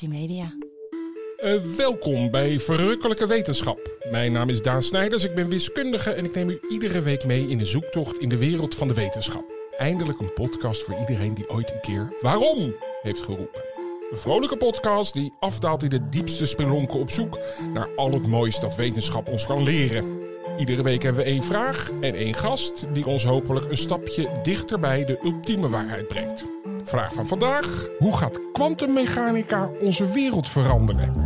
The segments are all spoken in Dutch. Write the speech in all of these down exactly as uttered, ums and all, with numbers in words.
Liberty Media. Uh, welkom bij Verrukkelijke Wetenschap. Mijn naam is Daan Snijders, ik ben wiskundige en ik neem u iedere week mee in een zoektocht in de wereld van de wetenschap. Eindelijk een podcast voor iedereen die ooit een keer waarom heeft geroepen. Een vrolijke podcast die afdaalt in de diepste spelonken op zoek naar al het moois dat wetenschap ons kan leren. Iedere week hebben we één vraag en één gast die ons hopelijk een stapje dichter bij de ultieme waarheid brengt. Vraag van vandaag: hoe gaat kwantummechanica onze wereld veranderen?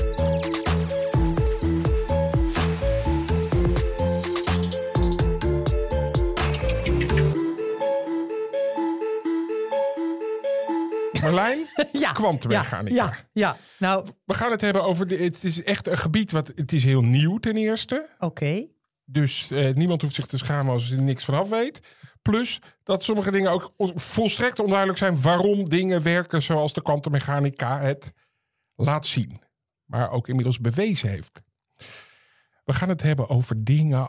Marlijn, ja, kwantummechanica. Ja, ja, ja, nou... We gaan het hebben over... De, het is echt een gebied wat... Het is heel nieuw ten eerste. Oké. Okay. Dus uh, niemand hoeft zich te schamen als hij er niks vanaf weet. Plus dat sommige dingen ook volstrekt onduidelijk zijn waarom dingen werken zoals de kwantummechanica het laat zien. Maar ook inmiddels bewezen heeft. We gaan het hebben over dingen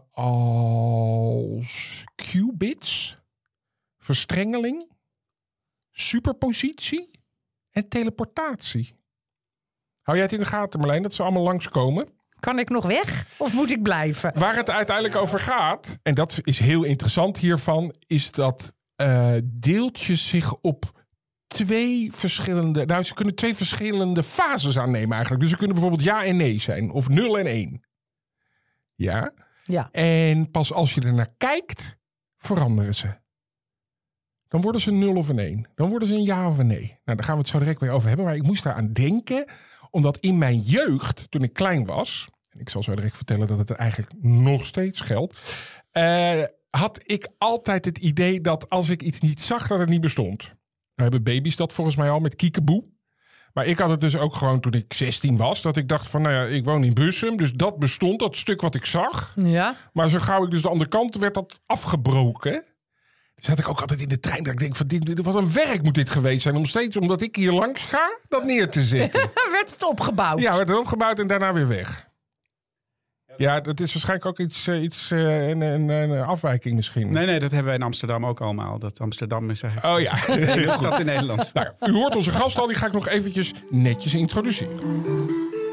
als qubits, verstrengeling, superpositie en teleportatie. Hou jij het in de gaten, Marlijn, dat ze allemaal langskomen? Kan ik nog weg of moet ik blijven? Waar het uiteindelijk over gaat, en dat is heel interessant hiervan, is dat uh, deeltjes zich op twee verschillende... Nou, ze kunnen twee verschillende fases aannemen eigenlijk. Dus ze kunnen bijvoorbeeld ja en nee zijn, of nul en één. Ja? Ja. En pas als je er naar kijkt, veranderen ze. Dan worden ze een nul of een één. Dan worden ze een ja of een nee. Nou, daar gaan we het zo direct weer over hebben. Maar ik moest daar aan denken, omdat in mijn jeugd, toen ik klein was... en ik zal zo direct vertellen dat het eigenlijk nog steeds geldt... Uh, had ik altijd het idee dat als ik iets niet zag, dat het niet bestond. Nou hebben baby's dat volgens mij al met kiekeboe. Maar ik had het dus ook gewoon toen ik zestien was. Dat ik dacht van, nou ja, ik woon in Bussum. Dus dat bestond, dat stuk wat ik zag. Ja. Maar zo gauw ik dus de andere kant werd dat afgebroken... Dus had ik ook altijd in de trein dat ik denk van dit, wat een werk moet dit geweest zijn om steeds, omdat ik hier langs ga, dat neer te zetten. Werd het opgebouwd? Ja, werd het opgebouwd en daarna weer weg. Ja, dat is waarschijnlijk ook iets, iets uh, een, een, een afwijking misschien. Nee, nee, dat hebben wij in Amsterdam ook allemaal. Dat Amsterdam is eigenlijk... Oh ja. De stad in Nederland. Nou, u hoort onze gast al, die ga ik nog eventjes netjes introduceren.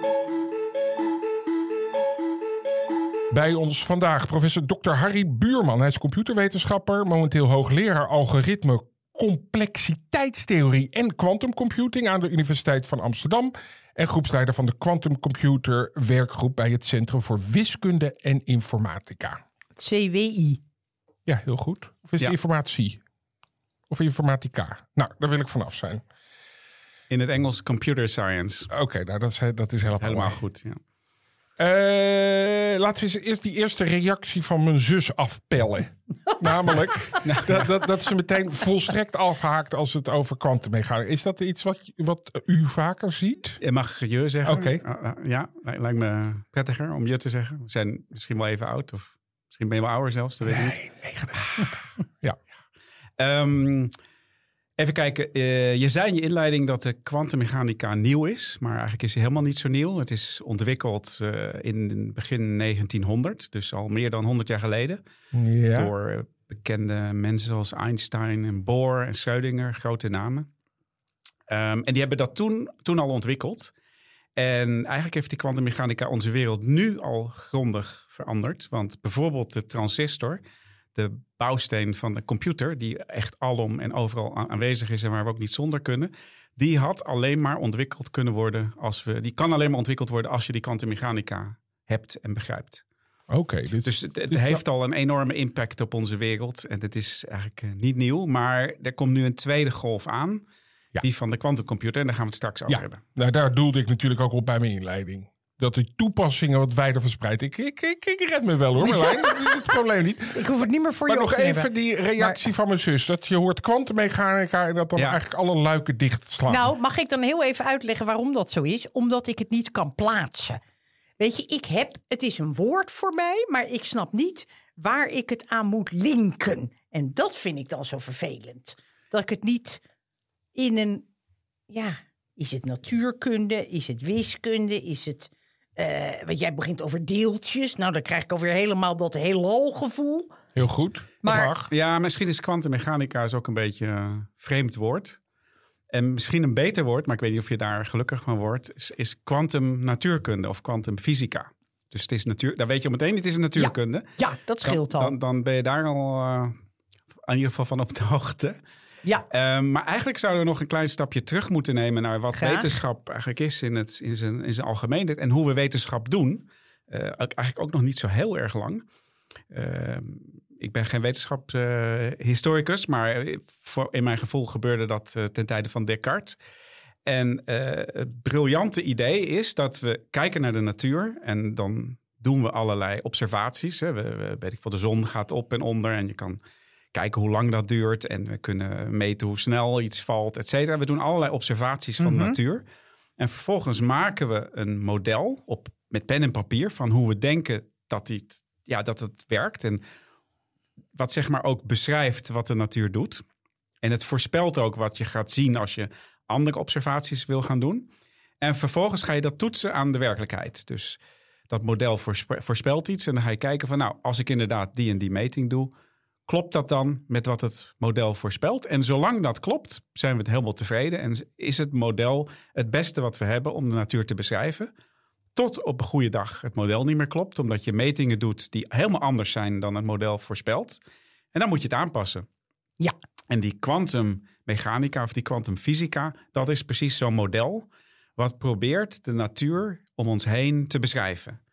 Bij ons vandaag professor dokter Harry Buurman. Hij is computerwetenschapper, momenteel hoogleraar algoritme, complexiteitstheorie en quantumcomputing aan de Universiteit van Amsterdam. En groepsleider van de Quantum Computer werkgroep bij het Centrum voor Wiskunde en Informatica. C W I. Ja, heel goed. Of is ja. het informatie? Of informatica? Nou, daar wil ik vanaf zijn. In het Engels computer science. Oké, okay, nou dat is, dat is helemaal, dat is helemaal goed, ja. Uh, laten we eens eerst die eerste reactie van mijn zus afpellen. Namelijk dat, dat, dat ze meteen volstrekt afhaakt als het over kwantummechanica gaat. Is dat iets wat, wat u vaker ziet? Je mag je zeggen. Oké. Okay. Uh, uh, ja, lijkt me prettiger om je te zeggen. We zijn misschien wel even oud. Of misschien ben je wel ouder zelfs. Dat weet ik niet. Nee, nee, ja. Um, Even kijken, uh, je zei in je inleiding dat de kwantummechanica nieuw is. Maar eigenlijk is hij helemaal niet zo nieuw. Het is ontwikkeld uh, in begin negentienhonderd. Dus al meer dan honderd jaar geleden. Ja. Door uh, bekende mensen zoals Einstein en Bohr en Schrödinger. Grote namen. Um, en die hebben dat toen, toen al ontwikkeld. En eigenlijk heeft die kwantummechanica onze wereld nu al grondig veranderd. Want bijvoorbeeld de transistor... de bouwsteen van de computer, die echt alom en overal aanwezig is en waar we ook niet zonder kunnen, die had alleen maar ontwikkeld kunnen worden als we, die kan alleen maar ontwikkeld worden als je die kwantummechanica hebt en begrijpt. Oké. Okay, dit, dus het, het dit heeft al een enorme impact op onze wereld en het is eigenlijk uh, niet nieuw, maar er komt nu een tweede golf aan, ja. Die van de kwantumcomputer en daar gaan we het straks over ja. hebben. Nou, daar doelde ik natuurlijk ook op bij mijn inleiding. Dat de toepassingen wat wijder verspreid. Ik, ik, ik, ik red me wel hoor, Marlijn. Dat is het probleem niet. Ik hoef het niet meer voor maar je nog op te even hebben. die reactie maar... van mijn zus. Dat je hoort kwantummechanica en dat dan ja. eigenlijk alle luiken dicht slaan. Nou, mag ik dan heel even uitleggen waarom dat zo is? Omdat ik het niet kan plaatsen. Weet je, ik heb, het is een woord voor mij, maar ik snap niet waar ik het aan moet linken. En dat vind ik dan zo vervelend. Dat ik het niet in een, ja, is het natuurkunde, is het wiskunde, is het... Uh, want jij begint over deeltjes. Nou, dan krijg ik alweer helemaal dat heelal-gevoel. Heel goed. Maar, ja, misschien is kwantummechanica ook een beetje een vreemd woord. En misschien een beter woord, maar ik weet niet of je daar gelukkig van wordt, is, is kwantum natuurkunde of kwantum fysica. Dus het is natuur, daar weet je meteen, het is een natuurkunde. Ja, ja dat scheelt dan, al. Dan, dan ben je daar al uh, in ieder geval van op de hoogte. Ja. Um, maar eigenlijk zouden we nog een klein stapje terug moeten nemen naar wat Graag. wetenschap eigenlijk is in, het, in, zijn, in zijn algemeenheid. En hoe we wetenschap doen. Uh, eigenlijk ook nog niet zo heel erg lang. Uh, ik ben geen wetenschapshistoricus, uh, maar voor, in mijn gevoel gebeurde dat uh, ten tijde van Descartes. En uh, het briljante idee is dat we kijken naar de natuur en dan doen we allerlei observaties. Hè. We, we, weet ik veel, de zon gaat op en onder en je kan kijken hoe lang dat duurt. En we kunnen meten hoe snel iets valt, et cetera. We doen allerlei observaties van mm-hmm. de natuur. En vervolgens maken we een model op, met pen en papier van hoe we denken dat, die, ja, dat het werkt. En wat zeg maar ook beschrijft wat de natuur doet. En het voorspelt ook wat je gaat zien als je andere observaties wil gaan doen. En vervolgens ga je dat toetsen aan de werkelijkheid. Dus dat model voorspe- voorspelt iets. En dan ga je kijken van nou, als ik inderdaad die en die meting doe, klopt dat dan met wat het model voorspelt? En zolang dat klopt, zijn we het helemaal tevreden. En is het model het beste wat we hebben om de natuur te beschrijven. Tot op een goede dag het model niet meer klopt. Omdat je metingen doet die helemaal anders zijn dan het model voorspelt. En dan moet je het aanpassen. Ja. En die kwantummechanica of die kwantumfysica, dat is precies zo'n model wat probeert de natuur om ons heen te beschrijven.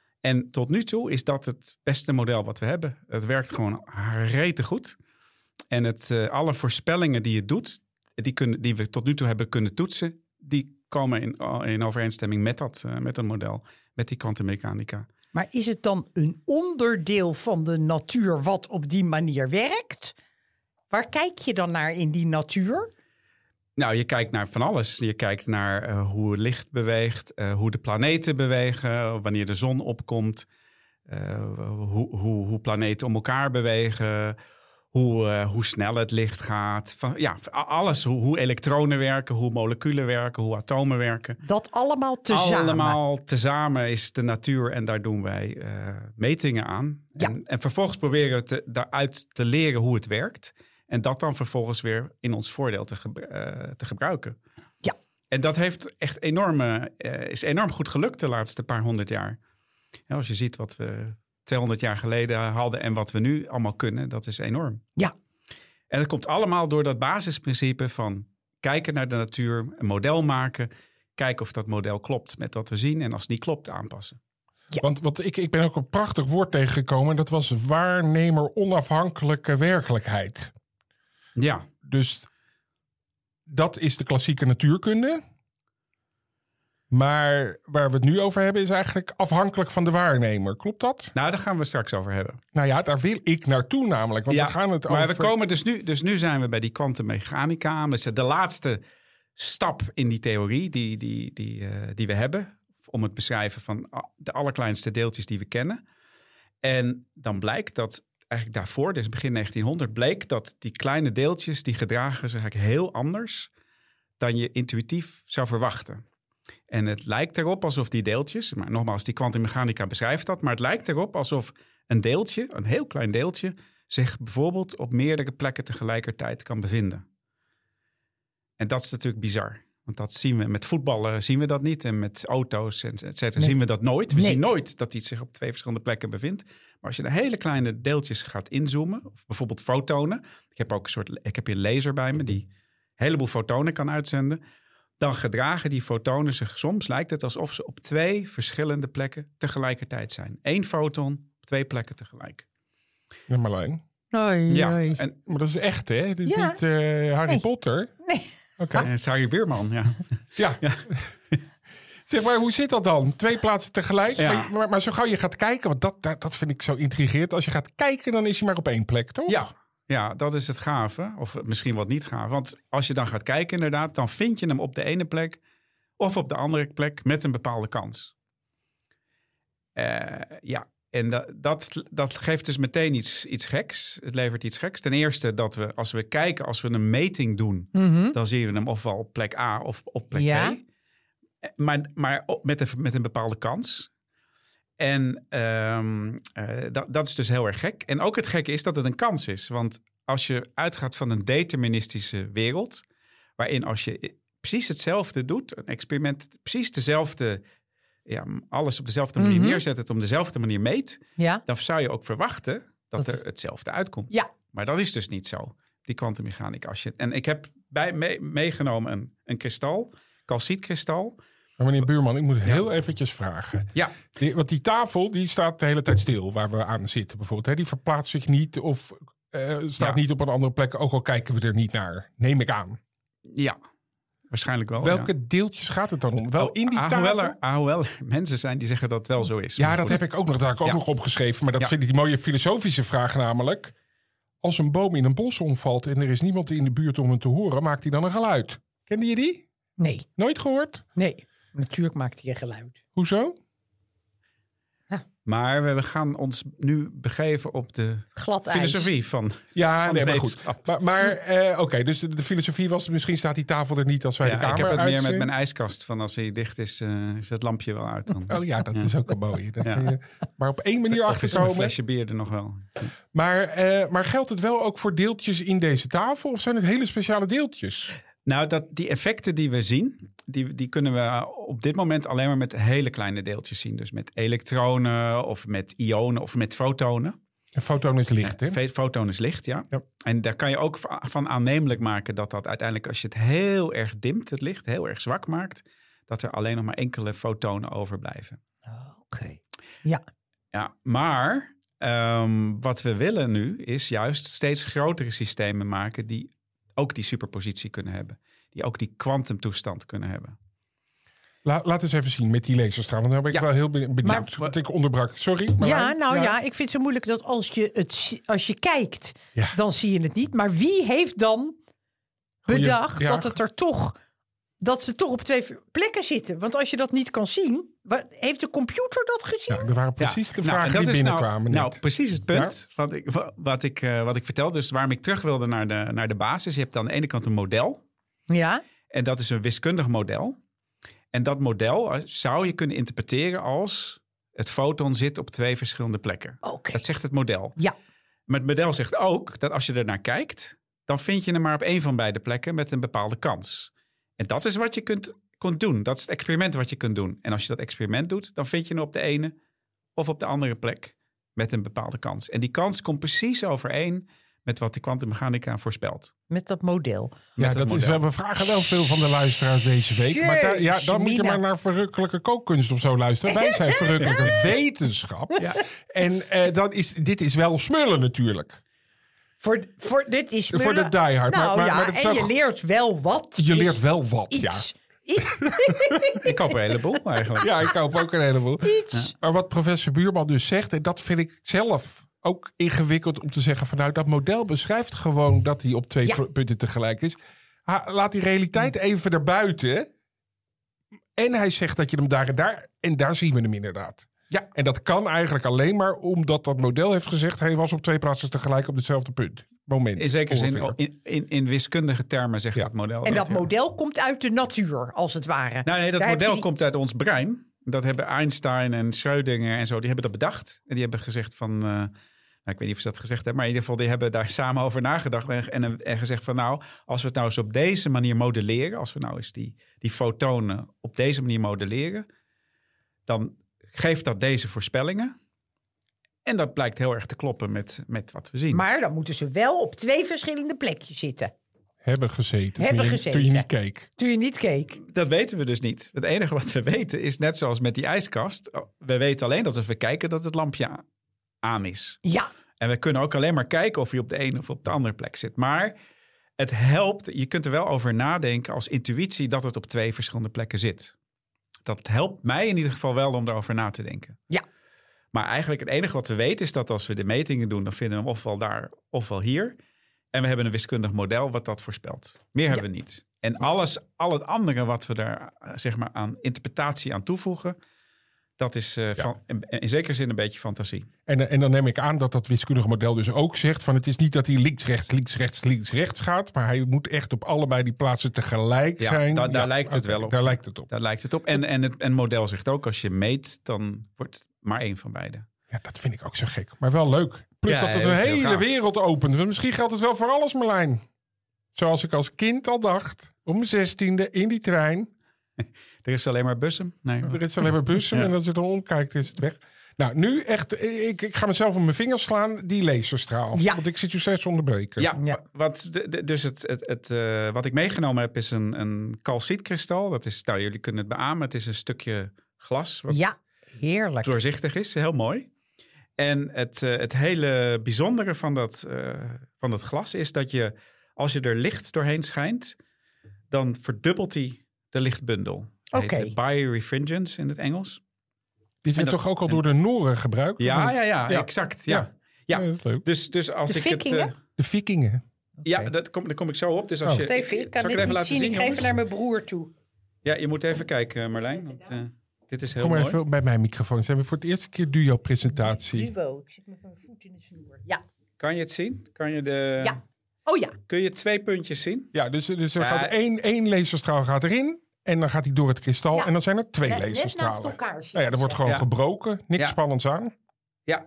En tot nu toe is dat het beste model wat we hebben. Het werkt gewoon rete goed. En het, uh, alle voorspellingen die het doet, die, kunnen, die we tot nu toe hebben kunnen toetsen, die komen in, in overeenstemming met dat, uh, met dat model, met die kwantummechanica. Maar is het dan een onderdeel van de natuur wat op die manier werkt? Waar kijk je dan naar in die natuur? Nou, je kijkt naar van alles. Je kijkt naar uh, hoe het licht beweegt, uh, hoe de planeten bewegen, wanneer de zon opkomt, uh, hoe, hoe, hoe planeten om elkaar bewegen, hoe, uh, hoe snel het licht gaat. Van, ja, alles. Hoe, hoe elektronen werken, hoe moleculen werken, hoe atomen werken. Dat allemaal tezamen. Allemaal tezamen is de natuur en daar doen wij uh, metingen aan. Ja. En, en vervolgens proberen we te, daaruit te leren hoe het werkt. En dat dan vervolgens weer in ons voordeel te, gebru- uh, te gebruiken. Ja. En dat heeft echt enorme, uh, is enorm goed gelukt de laatste paar honderd jaar. Ja, als je ziet wat we tweehonderd jaar geleden hadden en wat we nu allemaal kunnen, dat is enorm. Ja. En dat komt allemaal door dat basisprincipe van kijken naar de natuur, een model maken, kijken of dat model klopt met wat we zien en als het niet klopt aanpassen. Ja. Want, want ik, ik ben ook een prachtig woord tegengekomen en dat was waarnemer onafhankelijke werkelijkheid. Ja. Dus dat is de klassieke natuurkunde. Maar waar we het nu over hebben is eigenlijk afhankelijk van de waarnemer. Klopt dat? Nou, daar gaan we straks over hebben. Nou ja, daar wil ik naartoe namelijk. Want ja, we gaan het maar over... we komen dus nu, dus nu zijn we bij die kwantummechanica aan. Dat is de laatste stap in die theorie die, die, die, uh, die we hebben. Om het beschrijven van de allerkleinste deeltjes die we kennen. En dan blijkt dat eigenlijk daarvoor, dus begin negentienhonderd, bleek dat die kleine deeltjes, die gedragen zich eigenlijk heel anders dan je intuïtief zou verwachten. En het lijkt erop alsof die deeltjes, maar nogmaals, die kwantummechanica beschrijft dat, maar het lijkt erop alsof een deeltje, een heel klein deeltje, zich bijvoorbeeld op meerdere plekken tegelijkertijd kan bevinden. En dat is natuurlijk bizar. Want dat zien we met voetballen, zien we dat niet. En met auto's, en et cetera, nee. zien we dat nooit. We nee. zien nooit dat iets zich op twee verschillende plekken bevindt. Maar als je naar hele kleine deeltjes gaat inzoomen, of bijvoorbeeld fotonen. Ik heb ook een soort, ik heb hier een laser bij me die een heleboel fotonen kan uitzenden. Dan gedragen die fotonen zich soms, lijkt het alsof ze op twee verschillende plekken tegelijkertijd zijn. Eén foton op twee plekken tegelijk. Ja, Marlijn. Oei, ja, oei. En, maar dat is echt, hè? Dit is ja. niet uh, Harry nee. Potter. Nee. Oké, okay. Harry Buurman, ja. ja. ja. Zeg maar, hoe zit dat dan? Twee plaatsen tegelijk? Ja. Maar, maar, maar zo gauw je gaat kijken, want dat, dat, dat vind ik zo intrigerend. Als je gaat kijken, dan is hij maar op één plek, toch? Ja. Ja, dat is het gave. Of misschien wat niet gaaf. Want als je dan gaat kijken inderdaad, dan vind je hem op de ene plek of op de andere plek met een bepaalde kans. Uh, ja, en dat, dat, dat geeft dus meteen iets, iets geks. Het levert iets geks. Ten eerste dat we, als we kijken, als we een meting doen, mm-hmm. dan zien we hem ofwel op plek A of op plek ja. B. Maar, maar met, een, met een bepaalde kans. En um, uh, dat, dat is dus heel erg gek. En ook het gekke is dat het een kans is. Want als je uitgaat van een deterministische wereld, Waarin als je precies hetzelfde doet, een experiment, precies dezelfde, ja, alles op dezelfde manier Mhm. neerzet, het op dezelfde manier meet, Ja. dan zou je ook verwachten dat Dat- er hetzelfde uitkomt. Ja. Maar dat is dus niet zo, die kwantummechanica. Als je, en ik heb bij, mee, meegenomen een, een kristal, calcietkristal. Maar meneer Buurman, ik moet heel eventjes vragen. Ja, Die, want die tafel die staat de hele tijd stil waar we aan zitten bijvoorbeeld. Hè? Die verplaatst zich niet of eh, staat Ja. niet op een andere plek. Ook al kijken we er niet naar. Neem ik aan. ja, waarschijnlijk wel. Welke ja. deeltjes gaat het dan om? Wel Oh, in die ah, tafel? hoewel er, ah, hoewel er mensen zijn die zeggen dat het wel zo is. Ja, Maar dat goed. heb ik ook nog, dat heb ik ook Ja. nog opgeschreven. Maar dat Ja. vind ik die mooie filosofische vraag namelijk. Als een boom in een bos omvalt en er is niemand in de buurt om hem te horen, maakt hij dan een geluid? Kende je die? Nee, Nooit gehoord? nee. Natuurlijk maakt hij een geluid. Hoezo? Maar we we gaan ons nu begeven op de Glad ijs. filosofie van, Ja, van nee, de maar goed. wetenschap. Maar, maar eh, oké, dus de, de filosofie was, misschien staat die tafel er niet als wij Ja, de kamer ik heb het meer uit met zijn. mijn ijskast. Van als hij dicht is, uh, is het lampje wel uit dan. Oh ja, dat is ook een mooie. Dat, Ja. eh, maar op één manier Of is er een achterkomen. flesje bier er nog wel? Maar, eh, maar geldt het wel ook voor deeltjes in deze tafel? Of zijn het hele speciale deeltjes? Nou, dat, die effecten die we zien, die, die kunnen we op dit moment alleen maar met hele kleine deeltjes zien. Dus met elektronen of met ionen of met fotonen. Een fotoon is licht, hè? Ja, foton is licht, ja. Ja. En daar kan je ook van aannemelijk maken dat dat uiteindelijk, als je het heel erg dimt, het licht, heel erg zwak maakt, dat er alleen nog maar enkele fotonen overblijven. Oké. Ja. Ja, maar um, wat we willen nu is juist steeds grotere systemen maken die ook die superpositie kunnen hebben. Die ook die kwantumtoestand kunnen hebben. La, laat eens even zien met die laserstraal. Want daar ben ik Ja. wel heel benieuwd. Maar- want ik onderbrak. Sorry. Maar Ja, nou ja. ik vind het zo moeilijk dat als je, het, zi- als je kijkt, Ja. dan zie je het niet. Maar wie heeft dan Goeie- bedacht ja. dat het er toch, dat ze toch op twee plekken zitten? Want als je dat niet kan zien, wa- heeft de computer dat gezien? Ja, er waren precies Ja, de nou, vragen en dat die is binnenkwamen. Nou, net. nou, precies het punt wat, ik, wa- wat, ik, uh, wat ik vertel. Dus waarom ik terug wilde naar de, naar de basis. Je hebt aan de ene kant een model. Ja. En dat is een wiskundig model. En dat model uh, zou je kunnen interpreteren als het foton zit op twee verschillende plekken. Oké. Dat zegt het model. Ja. Maar het model zegt ook dat als je er naar kijkt, dan vind je hem maar op één van beide plekken met een bepaalde kans. En dat is wat je kunt, kunt doen. Dat is het experiment wat je kunt doen. En als je dat experiment doet, dan vind je hem op de ene of op de andere plek met een bepaalde kans. En die kans komt precies overeen met wat de kwantummechanica voorspelt. Met dat model. Ja, met dat het is wel, model. we vragen wel veel van de luisteraars deze week. Maar daar, ja, dan moet je Mina. maar naar verrukkelijke kookkunst of zo luisteren. Wij zijn verrukkelijke wetenschap. Ja. En eh, dan is, dit is wel smullen natuurlijk. Voor, voor, dit is Voor de diehard. Nou Maar- maar- ja, maar dat is en wel- je leert wel wat. Je Dus leert wel wat, ja. iets. Iets. Ik hoop een heleboel eigenlijk. Ja, ik hoop ook een heleboel. iets. Maar wat professor Buurman dus zegt, en dat vind ik zelf ook ingewikkeld om te zeggen van nou, dat model beschrijft gewoon dat hij op twee Ja. pu- punten tegelijk is. Ha, laat die realiteit even erbuiten. En hij zegt dat je hem daar en daar, en daar zien we hem inderdaad. Ja. En dat kan eigenlijk alleen maar omdat dat model heeft gezegd, hij was op twee plaatsen tegelijk op hetzelfde punt. Moment. In zekere zin, ongeveer. in, in, in wiskundige termen zegt Ja. dat model. En dat ja. model komt uit de natuur, als het ware. Nou nee, dat Daar heb model je- komt uit ons brein. Dat hebben Einstein en Schrödinger en zo, die hebben dat bedacht. En die hebben gezegd van, uh, nou, ik weet niet of ze dat gezegd hebben, maar in ieder geval, die hebben daar samen over nagedacht en, en, en gezegd van nou, als we het nou eens op deze manier modelleren, als we nou eens die, die fotonen op deze manier modelleren, dan geeft dat deze voorspellingen. En dat blijkt heel erg te kloppen met, met wat we zien. Maar dan moeten ze wel op twee verschillende plekjes zitten. Hebben gezeten. Hebben toen je, gezeten. Toen je niet keek. Toen je niet keek. Dat weten we dus niet. Het enige wat we weten is net zoals met die ijskast. We weten alleen dat als we kijken dat het lampje a- aan is. Ja. En we kunnen ook alleen maar kijken of hij op de ene of op de andere plek zit. Maar het helpt, je kunt er wel over nadenken als intuïtie dat het op twee verschillende plekken zit. Dat helpt mij in ieder geval wel om daarover na te denken. Ja. Maar eigenlijk het enige wat we weten is dat als we de metingen doen, dan vinden we hem ofwel daar ofwel hier. En we hebben een wiskundig model wat dat voorspelt. Meer hebben we niet. En alles, al het andere wat we daar eh, zeg maar aan interpretatie aan toevoegen, dat is uh, Ja. van, in, in zekere zin een beetje fantasie. En, en dan neem ik aan dat dat wiskundige model dus ook zegt van het is niet dat hij links, rechts, links, rechts, links, rechts gaat. Maar hij moet echt op allebei die plaatsen tegelijk Ja, zijn. da- daar lijkt het oké, wel op. Daar lijkt het op. Daar lijkt het op. En, en het en model zegt ook, als je meet, dan wordt maar één van beide. Ja, dat vind ik ook zo gek. Maar wel leuk. Plus Ja, dat het heel- een heel hele gaaf. wereld opent. Want misschien geldt het wel voor alles, Marlijn. Zoals ik als kind al dacht, om mijn zestiende in die trein. Er is alleen maar bussen. Nee. Er is alleen maar bussen Ja. en als je dan omkijkt is het weg. Nou, nu echt, ik, ik ga mezelf op mijn vingers slaan, die laserstraal. Ja. Want ik zit je steeds onderbreken. Ja, Ja. Wat, de- de- dus het, het, het, uh, wat ik meegenomen heb is een, een calcietkristal. Dat is, nou, jullie kunnen het beamen. Het is een stukje glas wat Ja, heerlijk. doorzichtig is. Heel mooi. En het, uh, het hele bijzondere van dat, uh, van dat glas is dat je, als je er licht doorheen schijnt, dan verdubbelt hij de lichtbundel. Oké. Okay. Birefringence in het Engels. Die werd dat- toch ook al en- door de Noren gebruikt? Ja, ja, ja, Ja. exact. Ja. Ja. Ja. Ja, dat is leuk. Dus, dus als De ik het... Vikingen? uh, De Vikingen. ja, Oké. dat kom, daar kom ik zo op. Dus als Oh. je, Wacht even, ik kan zal ik het het even niet laten zien. zien, Ik ga even jongens? naar mijn broer toe. Ja, je moet even kijken, Marlijn. Want, uh, dit is heel Kom maar mooi. even bij mijn microfoon. Ze hebben voor het eerste keer duo-presentatie. Duo, ik zit met mijn voet in de snoer. Ja. Kan je het zien? Kan je de... Ja. Oh ja. Kun je twee puntjes zien? Ja, dus, dus er Ja. gaat één, één laserstraal gaat erin. En dan gaat hij door het kristal. Ja. En dan zijn er twee Net, net naast laserstralen. elkaar. zie Nou ja, je er wordt ze. gewoon Ja. gebroken. Niks Ja. spannends aan. Ja.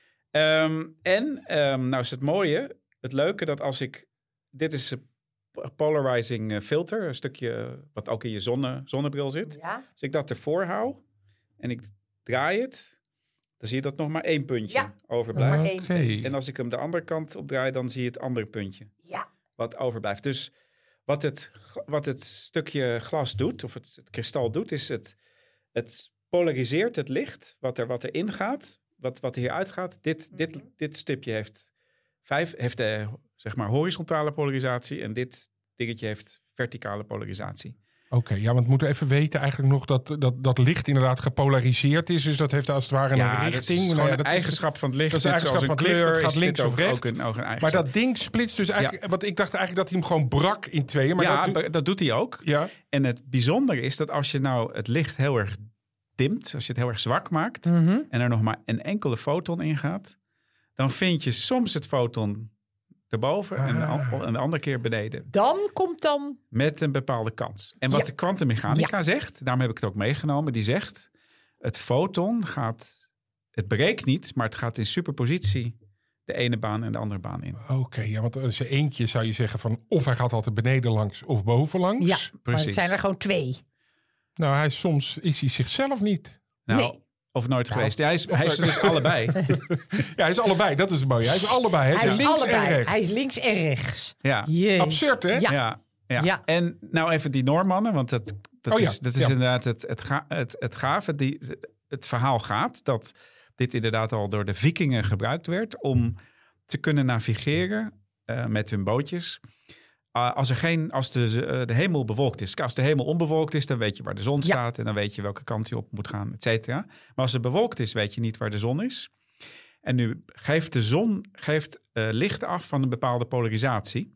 Um, en, um, nou is het mooie, het leuke dat als ik... Dit is een polarizing uh, filter. Een stukje wat ook in je zonne, zonnebril zit. Ja. Als ik dat ervoor hou en ik draai het, dan zie je dat nog maar één puntje Ja. overblijft. Maar één Oké. En als ik hem de andere kant op draai, dan zie je het andere puntje Ja. wat overblijft. Dus wat het, wat het stukje glas doet, of het, het kristal doet, is het, het polariseert het licht, wat er wat erin gaat, wat, wat er hier uitgaat. Dit, Mhm. dit, dit stipje heeft, vijf, heeft de, zeg maar horizontale polarisatie en dit dingetje heeft verticale polarisatie. Oké, ja, want we moeten even weten eigenlijk nog dat, dat, dat licht inderdaad gepolariseerd is. Dus dat heeft als het ware een Ja, dat is richting. gewoon Nou ja, een dat is- eigenschap van het licht. dat is een Net zoals eigenschap van het licht, dat gaat is links dit of ook- rechts. Ook een, ook een Maar eigenschap. dat ding splitst dus eigenlijk... Want ik dacht eigenlijk dat hij hem gewoon brak in tweeën. Maar ja, dat doet- be- dat doet hij ook. ja. En het bijzondere is dat als je nou het licht heel erg dimt, als je het heel erg zwak maakt Mhm. en er nog maar een enkele foton in gaat, dan vind je soms het foton erboven en, de, Ah. an- en de andere keer beneden. Dan komt dan... Met een bepaalde kans. En wat Ja. de kwantummechanica zegt, daarom heb ik het ook meegenomen, die zegt, het foton gaat, het breekt niet, maar het gaat in superpositie de ene baan en de andere baan in. Oké, ja, want als je eentje zou je zeggen van... of hij gaat altijd beneden langs of boven langs. Ja, maar precies. het zijn er gewoon twee. Nou, hij, soms is hij zichzelf niet. Nou, Nee. Of nooit Nou, geweest. Ja, hij is, hij is dus allebei. Ja, hij is allebei. Dat is het mooie. Hij is allebei. Hij is Hij is links allebei. en rechts. Hij is links en rechts. Ja. Jee. Absurd, hè? Ja. Ja, ja. Ja. En nou even die Noormannen, want dat, dat Oh ja, is, dat is ja. inderdaad het, het, ga, het, het gave. Die, het verhaal gaat dat dit inderdaad al door de Vikingen gebruikt werd om te kunnen navigeren uh, met hun bootjes. Uh, als, er geen, als de, uh, de hemel bewolkt is. Als de hemel onbewolkt is, dan weet je waar de zon Ja. staat. En dan weet je welke kant je op moet gaan, et cetera. Maar als het bewolkt is, weet je niet waar de zon is. En nu geeft de zon geeft, uh, licht af van een bepaalde polarisatie.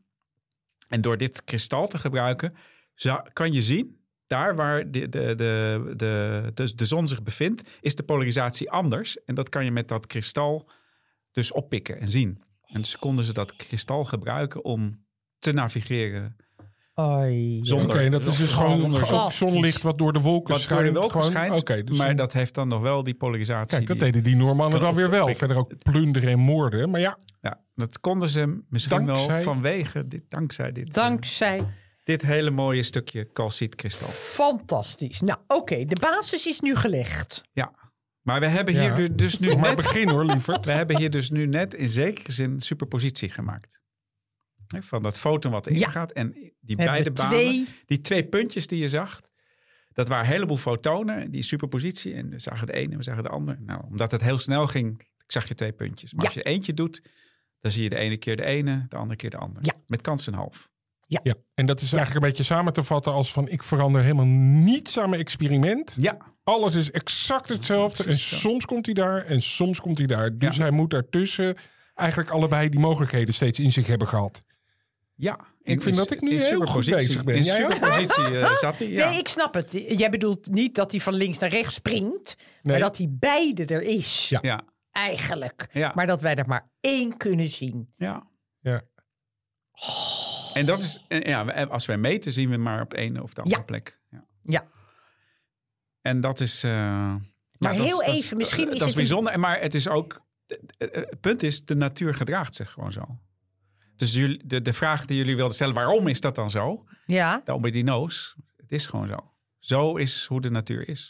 En door dit kristal te gebruiken, zou, kan je zien, daar waar de, de, de, de, de, de zon zich bevindt, is de polarisatie anders. En dat kan je met dat kristal dus oppikken en zien. En dus konden ze dat kristal gebruiken om te navigeren. Oei. Zonder- Oké, dat is dus gewoon ook Fantastisch. zonlicht wat door de wolken Wat door schijnt. de wolken gewoon. schijnt, Oké, dus maar dan- dat heeft dan nog wel die polarisatie. Kijk, dat die- deden die Noormannen dan weer wel. oppikken. Verder ook plunderen en moorden. Maar ja, Ja, dat konden ze misschien wel Dankzij- vanwege, dit, dankzij dit, Dankzij. dit hele mooie stukje calcietkristal. Fantastisch. Nou, oké. De basis is nu gelegd. Ja, maar we hebben Ja. hier du- dus nu nog maar net... begin hoor, lieverd. We hebben hier dus nu net in zekere zin superpositie gemaakt. Hè, van dat foton wat erin Ja. gaat en die We beide hebben banen. twee. Die twee puntjes die je zag. Dat waren een heleboel fotonen, die superpositie. En we zagen de ene en we zagen de ander. Nou, omdat het heel snel ging, zag je twee puntjes. Maar Ja. als je eentje doet, dan zie je de ene keer de ene, de andere keer de andere. Ja. Met kans en half. Ja, en dat is eigenlijk een beetje samen te vatten als van... ik verander helemaal niets aan mijn experiment. Ja, Alles is exact hetzelfde. En Precies zo. soms komt hij daar en soms komt hij daar. Dus Ja. hij moet daartussen eigenlijk allebei die mogelijkheden steeds in zich hebben gehad. ja. Ik vind dat ik nu in heel goed superpositie- bezig ben. In Jij ook? superpositie eh, zat hij, ja. Nee, ik snap het. Jij bedoelt niet dat hij van links naar rechts springt. Nee. Maar dat hij beide er is. Ja. Ja, Eigenlijk. Ja. Maar dat wij er maar één kunnen zien. ja. Ja. En dat is, en ja, als wij meten, zien we maar op de ene of de andere Ja. plek. Ja. Ja. En dat is. uh, Maar ja, dat is- heel dat is- even, misschien is dat is het een- bijzonder. Maar het is ook. Het punt is, de natuur gedraagt zich gewoon zo. Dus jullie, de, de vraag die jullie wilden stellen, waarom is dat dan zo? Ja. De Oberdino's, het is gewoon zo. Zo is hoe de natuur is.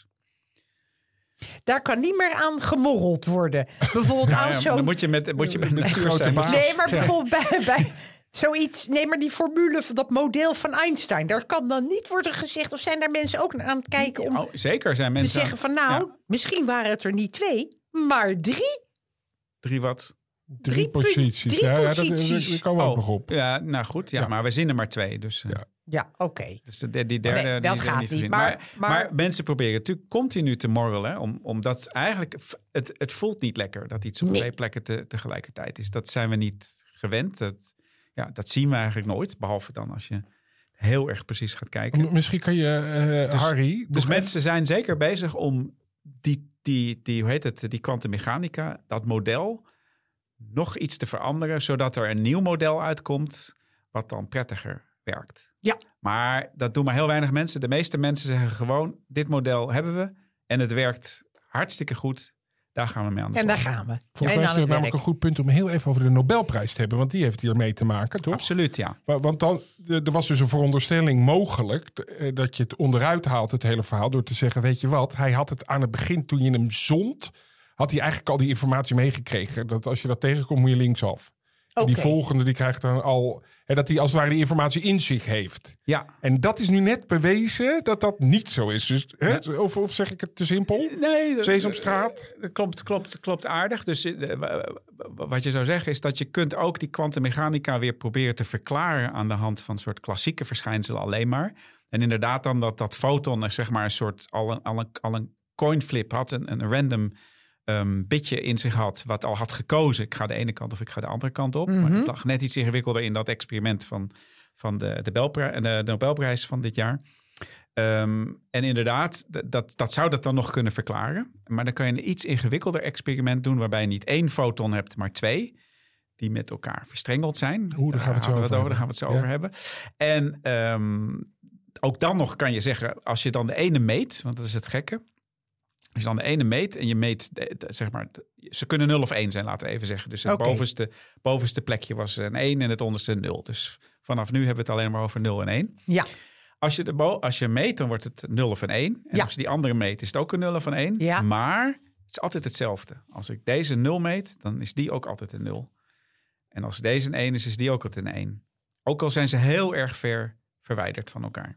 Daar kan niet meer aan gemorreld worden. Bijvoorbeeld Nou aan ja, zo'n... dan moet je met, moet je bij de natuur grote zijn. baas. Nee, maar bijvoorbeeld bij, bij zoiets... Nee, maar die formule van dat model van Einstein... daar kan dan niet worden gezegd... of zijn daar mensen ook naar aan het kijken om Oh, zeker zijn te mensen... zeggen van... nou, Ja. misschien waren het er niet twee, maar drie. Drie wat? Drie, Drie pu- posities. drie ja, ja, dat, dat, posities. dat komen we ook nog op. Ja, nou goed. Ja, Ja. maar we zien er maar twee. Dus, uh, Ja. Ja, oké. dus de, die derde... Nee, die dat is gaat niet te niet, zien. maar- Maar, maar- maar mensen proberen natuurlijk continu te morrelen. Hè, om, omdat eigenlijk... Het, het voelt niet lekker dat iets op Nee. twee plekken te, tegelijkertijd is. Dat zijn we niet gewend. Dat, ja, dat zien we eigenlijk nooit. Behalve dan als je heel erg precies gaat kijken. M- Misschien kan je, uh, Dus- Harry... Dus nog mensen zijn zeker bezig om die, die, die, hoe heet het, die kwantummechanica, dat model, nog iets te veranderen, zodat er een nieuw model uitkomt, wat dan prettiger werkt. Ja. Maar dat doen maar heel weinig mensen. De meeste mensen zeggen gewoon, dit model hebben we en het werkt hartstikke goed. Daar gaan we mee aan de En slag. daar gaan we. Volgens en mij is aan het het namelijk werk. een goed punt om heel even over de Nobelprijs te hebben. Want die heeft hier mee te maken, toch? Absoluut, ja. Maar- Want dan, er was dus een veronderstelling mogelijk... eh, dat je het onderuit haalt, het hele verhaal... door te zeggen, weet je wat, hij had het aan het begin toen je hem zond... had hij eigenlijk al die informatie meegekregen. Dat als je dat tegenkomt, moet je linksaf. En die Oké. volgende, die krijgt dan al... Hè, dat hij als het ware die informatie in zich heeft. Ja. En dat is nu net bewezen dat dat niet zo is. Dus, hè, of, of zeg ik het te simpel? Nee, dat- Sesamstraat? Dat klopt, klopt, klopt aardig. Dus eh, w- w- wat je zou zeggen is dat je kunt ook die kwantummechanica weer proberen te verklaren aan de hand van een soort klassieke verschijnselen alleen maar. En inderdaad dan dat dat foton er zeg maar een soort al een, al een, al een coin flip had, een, een random um, bitje in zich had, wat al had gekozen. Ik ga de ene kant of ik ga de andere kant op. Mhm. Maar het lag net iets ingewikkelder in dat experiment van, van de, de, Belprij- de, de Nobelprijs van dit jaar. Um, en inderdaad, d- dat, dat zou dat dan nog kunnen verklaren. Maar dan kan je een iets ingewikkelder experiment doen, waarbij je niet één foton hebt, maar twee, die met elkaar verstrengeld zijn. Oeh, daar gaan we het zo hadden over Daar gaan we het zo hebben. over hebben. En um, ook dan nog kan je zeggen, als je dan de ene meet, want dat is het gekke. Als je dan de ene meet en je meet, de, de, zeg maar, de, ze kunnen nul of één zijn, laten we even zeggen. Dus het Oké. bovenste, bovenste plekje was een één en het onderste een nul. Dus vanaf nu hebben we het alleen maar over nul en één. Ja. Als je, de bo- als je meet, dan wordt het nul of een één. En Ja. als je die andere meet, is het ook een nul of een één. Ja. Maar het is altijd hetzelfde. Als ik deze nul meet, dan is die ook altijd een nul. En als deze een één is, is die ook altijd een één. Ook al zijn ze heel erg ver verwijderd van elkaar.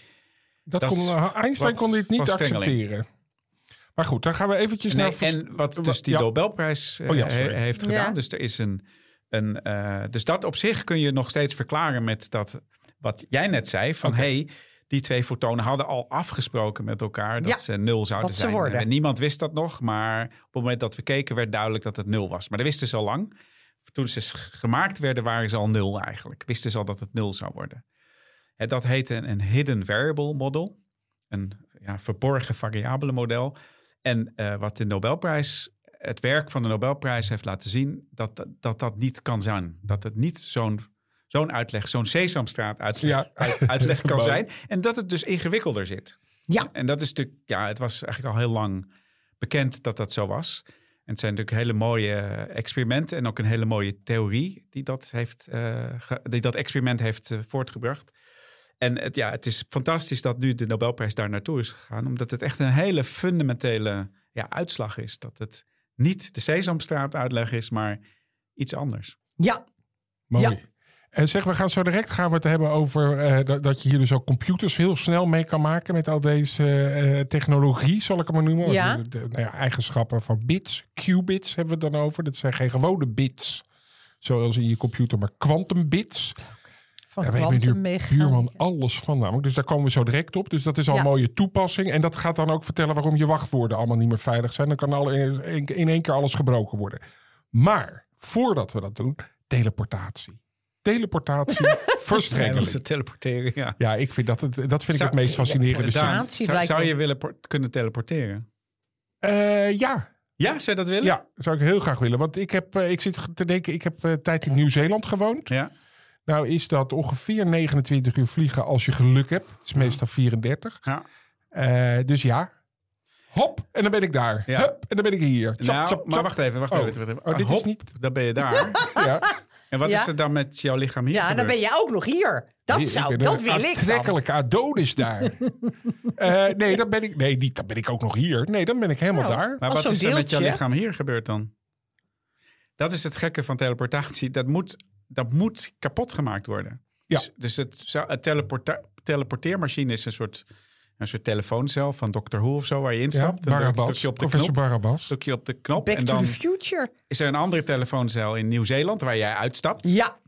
Dat Dat kon, is uh, Einstein wat kon dit niet van Stengeling. accepteren. Maar goed, dan gaan we eventjes Nee, naar... vers- en wat dus die Ja. Nobelprijs eh, Oh ja, he- sorry. heeft Ja. gedaan. Dus er is een... een uh, dus dat op zich kun je nog steeds verklaren met dat... Wat jij net zei, van Oké. hey, die twee fotonen hadden al afgesproken met elkaar dat Ja, ze nul zouden wat ze zijn. worden. En niemand wist dat nog, maar op het moment dat we keken werd duidelijk dat het nul was. Maar dat wisten ze al lang. Toen ze gemaakt werden, waren ze al nul eigenlijk. Wisten ze al dat het nul zou worden. En dat heette een, een hidden variable model. Een ja, verborgen variabele model. En uh, wat de Nobelprijs, het werk van de Nobelprijs heeft laten zien, dat dat, dat, dat niet kan zijn. Dat het niet zo'n, zo'n uitleg, zo'n Sesamstraat uitleg, Ja. uit, uitleg kan Mooi. zijn. En dat het dus ingewikkelder zit. Ja. En dat is natuurlijk, ja, het was eigenlijk al heel lang bekend dat dat zo was. En het zijn natuurlijk hele mooie experimenten en ook een hele mooie theorie die dat, heeft, uh, ge, die dat experiment heeft uh, voortgebracht. En het, ja, het is fantastisch dat nu de Nobelprijs daar naartoe is gegaan. Omdat het echt een hele fundamentele ja, uitslag is. Dat het niet de Sesamstraat uitleg is, maar iets anders. Ja. Mooi. Ja. En zeg, we gaan zo direct gaan we het hebben over uh, dat, dat je hier dus ook computers heel snel mee kan maken met al deze uh, technologie, zal ik het maar noemen. Ja. De, de, nou ja, eigenschappen van bits, qubits hebben we het dan over. Dat zijn geen gewone bits, zoals in je computer, maar quantum bits. Van Daar weet meneer kwantummechanica. Buurman alles van namelijk. Dus daar komen we zo direct op. Dus dat is al Ja. een mooie toepassing. En dat gaat dan ook vertellen waarom je wachtwoorden allemaal niet meer veilig zijn. Dan kan al in, in één keer alles gebroken worden. Maar voordat we dat doen, teleportatie. Teleportatie, verstrengeling. Ja, teleporteren, ja. Ja, ik vind dat het, dat vind ik Zou- het meest fascinerende. Daan, Teleportatie zou, lijkt zou me- je willen por- kunnen teleporteren? Uh, ja. Ja, zou je dat willen? Ja, dat zou ik heel graag willen. Want ik, heb, uh, ik zit te denken, ik heb uh, tijd in Nieuw-Zeeland gewoond. Ja. Nou is dat ongeveer negenentwintig uur vliegen als je geluk hebt. Het is meestal vierendertig. Ja. Uh, dus ja. Hop, en dan ben ik daar. Ja. Hup, en dan ben ik hier. Chop, Nou, chop, maar chop. wacht even, wacht Oh. even. Wacht even. Oh, dit Hop, is niet... dan ben je daar. Ja. En wat Ja? is er dan met jouw lichaam hier Ja, dan gebeurd? ben jij ook nog hier. Dat, Ik zou, ben dat een wil ik dan. aantrekkelijke Adonis daar. uh, nee, dan ben ik, nee niet, dan ben ik ook nog hier. Nee, dan ben ik helemaal Nou, daar. Maar Als wat is zo'n er met jouw deeltje. lichaam hier gebeurd dan? Dat is het gekke van teleportatie. Dat moet, dat moet kapot gemaakt worden. Ja. Dus, dus het, zou- het teleporta- teleporteermachine is een soort, een soort telefooncel van Doctor Who of zo, waar je Ja, instapt. Dan druk Barabbas, je op de professor knop. Barabbas. Druk je op de knop Back en to dan the future. is er een andere telefooncel in Nieuw-Zeeland waar jij uitstapt. Ja.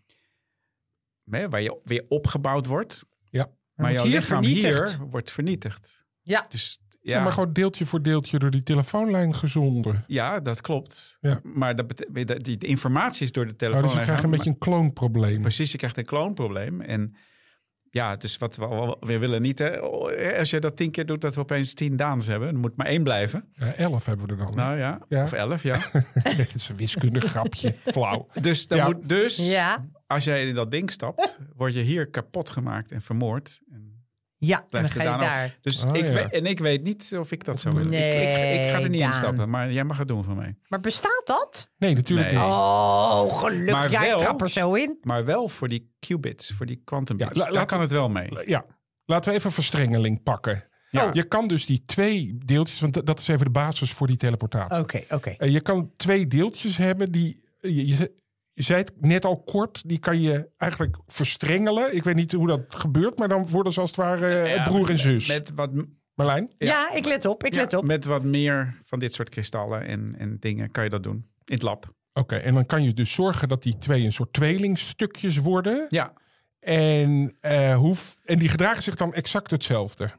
Hè, waar je weer opgebouwd wordt. Ja. Maar wordt jouw hier lichaam vernietigd. hier wordt vernietigd. Ja. Dus Ja. ja, maar gewoon deeltje voor deeltje door die telefoonlijn gezonden. ja, dat klopt. Ja. Maar dat bete- de, die, de informatie is door de Oh, telefoon. dus je krijgt een beetje een kloonprobleem. Precies, je krijgt een kloonprobleem. En ja, dus wat we, we willen niet... Hè, als je dat tien keer doet, dat we opeens tien Daans hebben. Er moet maar één blijven. Ja, elf hebben we er dan. Nou ja, Ja. of elf, ja. Het is een wiskundig grapje. Flauw. Dus, dan Ja. moet, dus Ja. als jij in dat ding stapt, word je hier kapot gemaakt en vermoord. En Ja, en dan blijft ga het je daar daar. nog. Dus Oh, ik ja. weet, en ik weet niet of ik dat zou willen. ik, ik, Nee, ik ga er niet Daan. instappen, maar jij mag het doen voor mij. Maar bestaat dat? Nee, natuurlijk Nee. niet. Oh, gelukkig. Maar Jij wel- trap er zo in. Maar wel voor die qubits, voor die quantum bits. Ja, la- Daar laten kan we- het wel mee. Ja, laten we even verstrengeling pakken. Ja. Oh, je kan dus die twee deeltjes, want dat is even de basis voor die teleportatie. Oké, oké. Eh, je kan twee deeltjes hebben die, je, je, je zei het net al kort, die kan je eigenlijk verstrengelen. Ik weet niet hoe dat gebeurt, maar dan worden ze als het ware eh, Ja, broer en zus. Met wat, Marlijn? Ja. ik let op, ik ja, let op. met wat meer van dit soort kristallen en, en dingen kan je dat doen. In het lab. Oké, en dan kan je dus zorgen dat die twee een soort tweelingstukjes worden. Ja, En, eh, hoe, en die gedragen zich dan exact hetzelfde.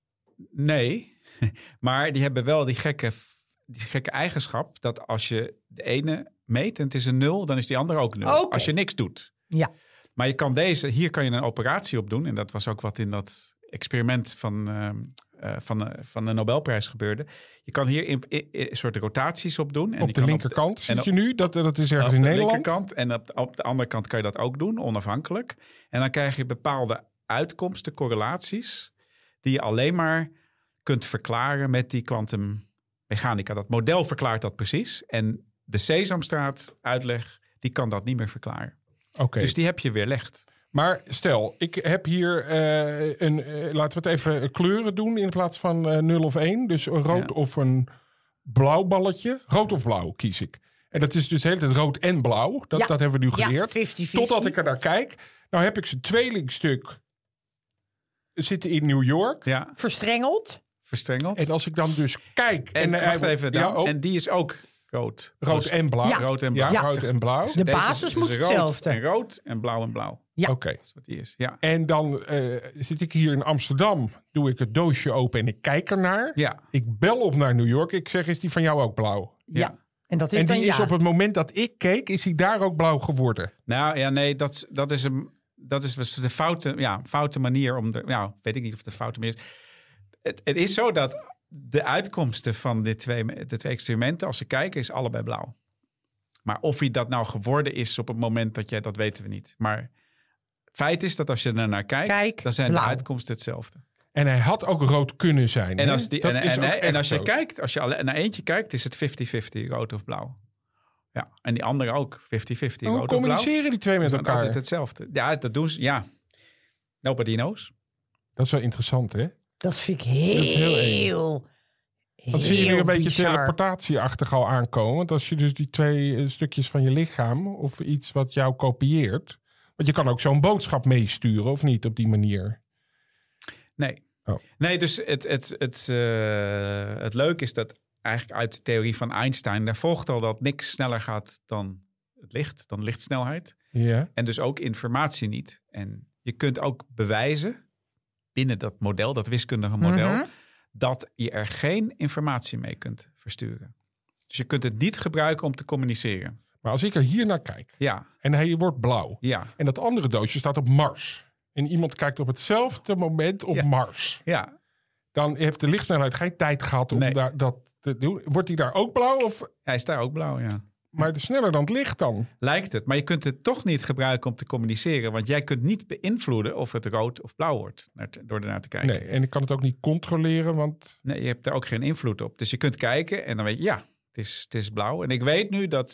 nee. Maar die hebben wel die gekke, die gekke eigenschap dat als je de ene meet en het is een nul, dan is die andere ook nul. Oké. Als je niks doet. Ja. Maar je kan deze, hier kan je een operatie op doen. En dat was ook wat in dat experiment van, ehm, eh, van, eh, van de Nobelprijs gebeurde. Je kan hier in, in- in- een soort rotaties op doen. En Op die de kan linkerkant en zit op- je nu. Dat, dat is ergens op in de Nederland. linkerkant. En op, op de andere kant kan je dat ook doen, onafhankelijk. En dan krijg je bepaalde uitkomsten, correlaties, die je alleen maar kunt verklaren met die kwantummechanica. Dat model verklaart dat precies. En de Sesamstraat uitleg, die kan dat niet meer verklaren. Oké. Dus die heb je weerlegd. Maar stel, ik heb hier eh, een, eh, laten we het even kleuren doen in plaats van eh, nul of één. Dus een rood Ja. of een blauw balletje. Rood of blauw kies ik. En dat is dus de hele tijd rood en blauw. Dat, Ja. dat hebben we nu Ja, geleerd. vijftig vijftig. Totdat ik er naar kijk. Nou heb ik zijn tweelingstuk zitten in New York. Ja, Verstrengeld. verstrengeld. En als ik dan dus kijk... En, hij wacht wordt- even, ja, dan, ook en die is ook rood. rood Dus en blauw. Ja. rood en Ja, blauw. rood en blauw. De Deze basis is moet rood hetzelfde. En rood en blauw en blauw. Ja. Oké. Dat is wat die is, ja. En dan eh, zit ik hier in Amsterdam. Doe ik het doosje open en ik kijk ernaar. Ja, Ik bel op naar New York. Ik zeg, is die van jou ook blauw? Ja. ja. En dat is En dan die ja. is op het moment dat ik keek, is hij daar ook blauw geworden. Nou ja, nee, dat, dat is een... Dat is dus de foute, ja, foute manier om de... Nou, weet ik niet of het de foute manier is. Het, het is zo dat de uitkomsten van de twee, de twee experimenten, als ze kijken, is allebei blauw. Maar of hij dat nou geworden is op het moment dat jij, dat weten we niet. Maar feit is dat als je er naar kijkt, Kijk, dan zijn blauw. de uitkomsten hetzelfde. En hij had ook rood kunnen zijn. En hè? als, die, Dat en, is en, ook en echt als je zo. kijkt, als je alleen naar eentje kijkt, is het vijftig vijftig, rood of blauw. Ja, en die andere ook, vijftig vijftig, Hoe rood of blauw. communiceren die twee met Dat is elkaar? altijd hetzelfde. Ja, dat doen ze, ja. Nobody knows. Dat is wel interessant, hè? Dat vind ik is heel heel, heel, Want zie je nu een beetje bizar. teleportatieachtig al aankomen? Want als je dus die twee eh, stukjes van je lichaam of iets wat jou kopieert. Want je kan ook zo'n boodschap meesturen, of niet, op die manier? Nee. Oh. Nee, dus het, het, het, uh, het leuke is dat eigenlijk uit de theorie van Einstein, daar volgt al dat niks sneller gaat dan het licht, dan lichtsnelheid. Ja. En dus ook informatie niet. En je kunt ook bewijzen binnen dat model, dat wiskundige model, Mhm. dat je er geen informatie mee kunt versturen. Dus je kunt het niet gebruiken om te communiceren. Maar als ik er hier naar kijk Ja, en hij wordt blauw. ja, En dat andere doosje staat op Mars. En iemand kijkt op hetzelfde moment op Ja. Mars. ja. Dan heeft de lichtsnelheid geen tijd gehad om Nee. daar, dat te doen. Wordt hij daar ook blauw? Of, Hij is daar ook blauw, ja. maar sneller dan het licht dan? Lijkt het. Maar je kunt het toch niet gebruiken om te communiceren. Want jij kunt niet beïnvloeden of het rood of blauw wordt naar te- door ernaar te kijken. Nee, en ik kan het ook niet controleren, want... Nee, je hebt er ook geen invloed op. Dus je kunt kijken en dan weet je, ja, het is, het is blauw. En ik weet nu dat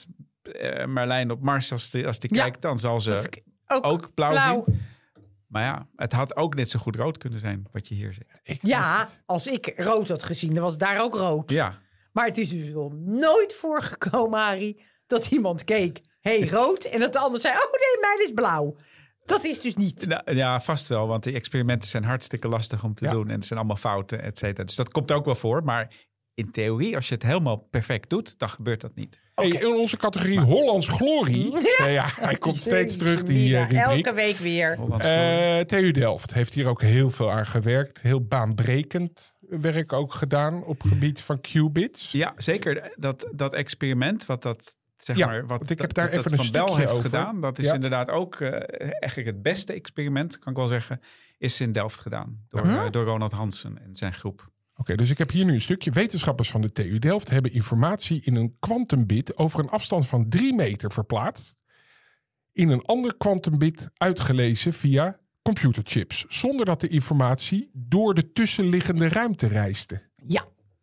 uh, Marlijn op Mars, als die, als die Ja. kijkt, dan zal ze ik ook, ook blauw, blauw. zien. Maar ja, het had ook net zo goed rood kunnen zijn, wat je hier zegt. Ik Ja, als ik rood had gezien, dan was daar ook rood. Ja, Maar het is dus nog nooit voorgekomen, Harry, dat iemand keek. Hé, hey, rood. En dat de ander zei, oh nee, mijn is blauw. Dat is dus niet. nou, ja, vast wel, want die experimenten zijn hartstikke lastig om te Ja. doen. En het zijn allemaal fouten, et cetera. Dus dat komt ook wel voor. Maar in theorie, als je het helemaal perfect doet, dan gebeurt dat niet. Hey, in onze categorie Hollands Glorie. Ja, ja, hij komt steeds terug, die uh, rubriek. Elke week weer. Hollands Uh, T U Delft heeft hier ook heel veel aan gewerkt. Heel baanbrekend werk ook gedaan op het gebied van qubits. Ja, zeker. Dat, dat experiment, wat dat zeg Ja, maar, wat want ik heb dat, daar dat even een Van Bel stukje heeft over. gedaan, dat is Ja. inderdaad ook uh, eigenlijk het beste experiment, kan ik wel zeggen, is in Delft gedaan door, Huh? uh, door Ronald Hansen en zijn groep. Oké, okay, dus ik heb hier nu een stukje. Wetenschappers van de T U Delft hebben informatie in een kwantumbit over een afstand van drie meter verplaatst. In een ander kwantumbit uitgelezen via computerchips. Zonder dat de informatie door de tussenliggende ruimte reisde. Ja.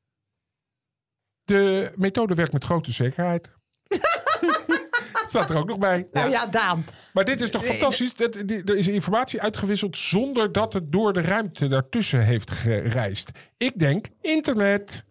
De methode werkt met grote zekerheid. Staat er ook nog bij. Nou ja, Daan. Maar dit is toch fantastisch? Dat, die- er is informatie uitgewisseld zonder dat het door de ruimte daartussen heeft gereisd. Ik denk internet.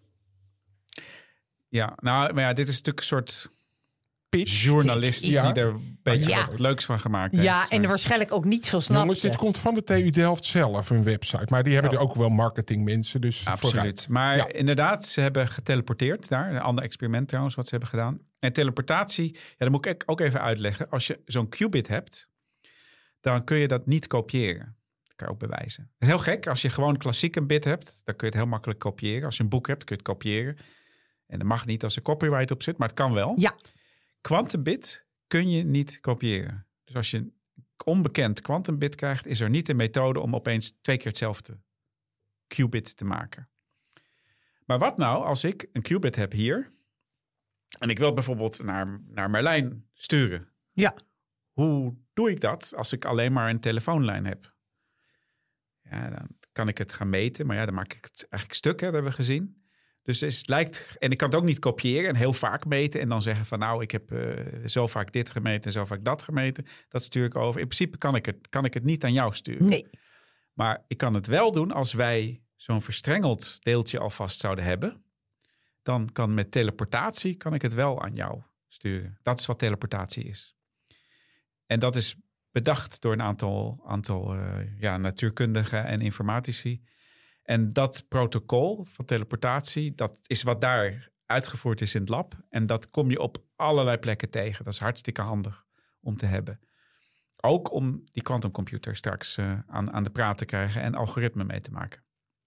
Ja, nou, maar ja, dit is natuurlijk een soort Pitch. journalist Ja. die er een beetje Ja. wat leuks van gemaakt heeft. Ja, en er waarschijnlijk ook niet veel snapte. Jongens, dit komt van de T U Delft zelf, een website. Maar die hebben er ook wel marketingmensen, dus Absoluut. vooruit. Maar Ja. inderdaad, ze hebben geteleporteerd daar. Een ander experiment trouwens, wat ze hebben gedaan. En teleportatie, ja, dat moet ik ook even uitleggen. Als je zo'n qubit hebt, dan kun je dat niet kopiëren. Dat kan je ook bewijzen. Dat is heel gek. Als je gewoon klassiek een bit hebt, dan kun je het heel makkelijk kopiëren. Als je een boek hebt, kun je het kopiëren. En dat mag niet als er copyright op zit, maar het kan wel. Ja. Quantumbit kun je niet kopiëren. Dus als je een onbekend quantumbit krijgt, is er niet een methode om opeens twee keer hetzelfde qubit te maken. Maar wat nou als ik een qubit heb hier en ik wil bijvoorbeeld naar, naar Merlijn sturen? Ja. Hoe doe ik dat als ik alleen maar een telefoonlijn heb? Ja, dan kan ik het gaan meten, maar ja, dan maak ik het eigenlijk stuk, hè, dat hebben we gezien. Dus het lijkt, en ik kan het ook niet kopiëren en heel vaak meten en dan zeggen van nou, ik heb uh, zo vaak dit gemeten en zo vaak dat gemeten. Dat stuur ik over. In principe kan ik het, kan ik het niet aan jou sturen. Nee. Maar ik kan het wel doen als wij zo'n verstrengeld deeltje alvast zouden hebben. Dan kan met teleportatie kan ik het wel aan jou sturen. Dat is wat teleportatie is. En dat is bedacht door een aantal, aantal uh, ja, natuurkundigen en informatici. En dat protocol van teleportatie, dat is wat daar uitgevoerd is in het lab. En dat kom je op allerlei plekken tegen. Dat is hartstikke handig om te hebben. Ook om die quantumcomputer straks uh, aan, aan de praat te krijgen en algoritmen mee te maken.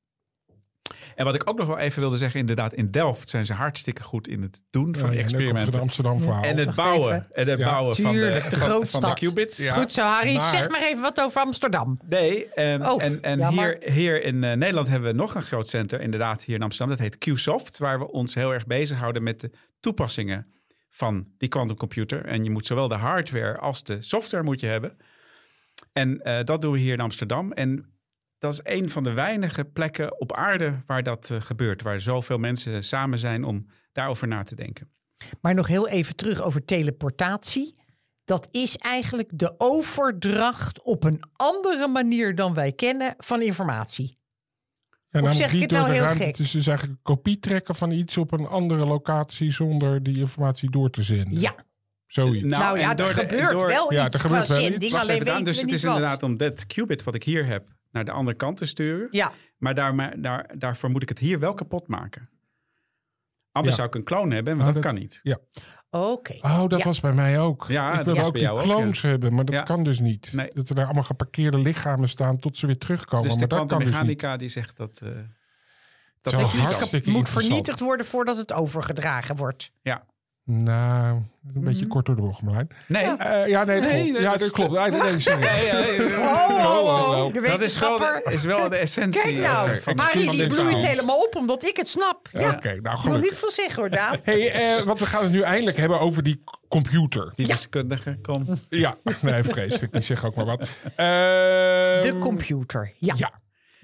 En wat ik ook nog wel even wilde zeggen, inderdaad, in Delft zijn ze hartstikke goed in het doen van Ja, ja, experimenten. dan komt het Amsterdam verhaal. En het Wacht bouwen, even. en het Ja. bouwen van de, Tuurlijk, de van, van de grootstad. qubits. Ja. Goed zo, Harry. maar- Zeg maar even wat over Amsterdam. Nee, en, Oh, en, en jammer. hier, hier in uh, Nederland hebben we nog een groot center, inderdaad hier in Amsterdam. Dat heet QSoft, waar we ons heel erg bezighouden met de toepassingen van die quantumcomputer. En je moet zowel de hardware als de software moet je hebben. En uh, dat doen we hier in Amsterdam. En dat is een van de weinige plekken op aarde waar dat uh, gebeurt. Waar zoveel mensen samen zijn om daarover na te denken. Maar nog heel even terug over teleportatie. Dat is eigenlijk de overdracht op een andere manier dan wij kennen van informatie. Ja, Of namelijk zeg ik niet het door nou de heel ruimte. gek? Het is dus eigenlijk een kopie trekken van iets op een andere locatie zonder die informatie door te zenden. Ja, Zoiets. nou, ja, en door er de- gebeurt door- wel ja, iets er qua gebeurt wel iets. zending, Wacht alleen even, Daan. weten Dus we het niet is wat. inderdaad om dat qubit wat ik hier heb naar de andere kant te sturen. Ja, Maar daar, maar daar, daarvoor moet ik het hier wel kapot maken. Anders Ja. zou ik een kloon hebben, maar Oh, dat, dat- kan niet. oké. Oh, dat Ja. was bij mij ook. Ja, ik dat wil was ook bij die jou ook, clones hebben, maar dat Ja. kan dus niet. Nee. Dat er daar allemaal geparkeerde lichamen staan tot ze weer terugkomen. Dus de maar dat kan dus niet. kwantummechanica die zegt dat... uh, dat Zou dat niet kan. hartstikke Moet interessant. vernietigd worden voordat het overgedragen wordt. Ja. Nou, een beetje kort door de bocht, Marlijn. Nee, Eh, ja, nee, dat Nee, klopt. nee, ja, dat dat is- klopt. Nee, nee, nee, sorry. Nee, nee, nee. Oh, oh, oh. De dat is wel, wetenschapper. de, is wel de essentie. Kijk nou, uh, van, Harry van die dit bloeit verhaal. helemaal op omdat ik het snap. Ja, Oké, nou ik wil gelukkig. niet veel zeggen hoor, Daan. Hey, eh, want we gaan het nu eindelijk hebben over die c- computer. Die deskundige, kom. Ja, nee, vreselijk. Die zeg ook maar wat. De Ehm, computer, ja. Ja.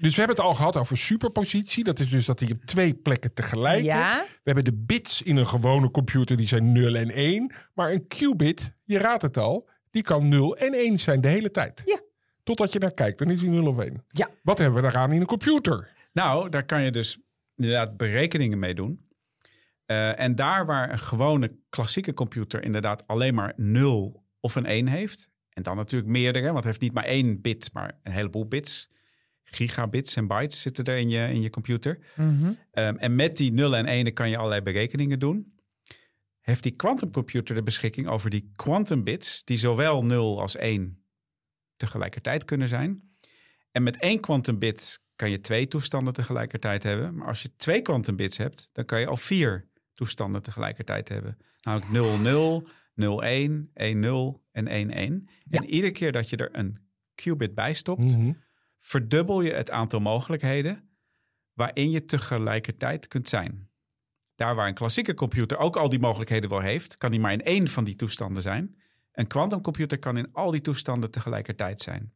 Dus we hebben het al gehad over superpositie. Dat is dus dat hij op twee plekken tegelijk Ja. is. We hebben de bits in een gewone computer, die zijn nul en één. Maar een qubit, je raadt het al, die kan nul en één zijn de hele tijd. Ja. Totdat je naar kijkt, dan is hij nul of één. Ja. Wat hebben we daaraan in een computer? Nou, daar kan je dus inderdaad berekeningen mee doen. Uh, en daar waar een gewone klassieke computer inderdaad alleen maar nul of een één heeft. En dan natuurlijk meerdere, want het heeft niet maar één bit, maar een heleboel bits. Gigabits en bytes zitten er in je, in je computer. Mm-hmm. Um, en met die nul en één kan je allerlei berekeningen doen. Heeft die quantumcomputer de beschikking over die quantum bits, die zowel nul als één tegelijkertijd kunnen zijn. En met één quantum bit kan je twee toestanden tegelijkertijd hebben. Maar als je twee quantum bits hebt, dan kan je al vier toestanden tegelijkertijd hebben. Namelijk nul nul, nul één, één nul en één één. Ja. En iedere keer dat je er een qubit bij stopt, Mm-hmm. verdubbel je het aantal mogelijkheden waarin je tegelijkertijd kunt zijn. Daar waar een klassieke computer ook al die mogelijkheden wel heeft, kan die maar in één van die toestanden zijn. Een quantumcomputer kan in al die toestanden tegelijkertijd zijn.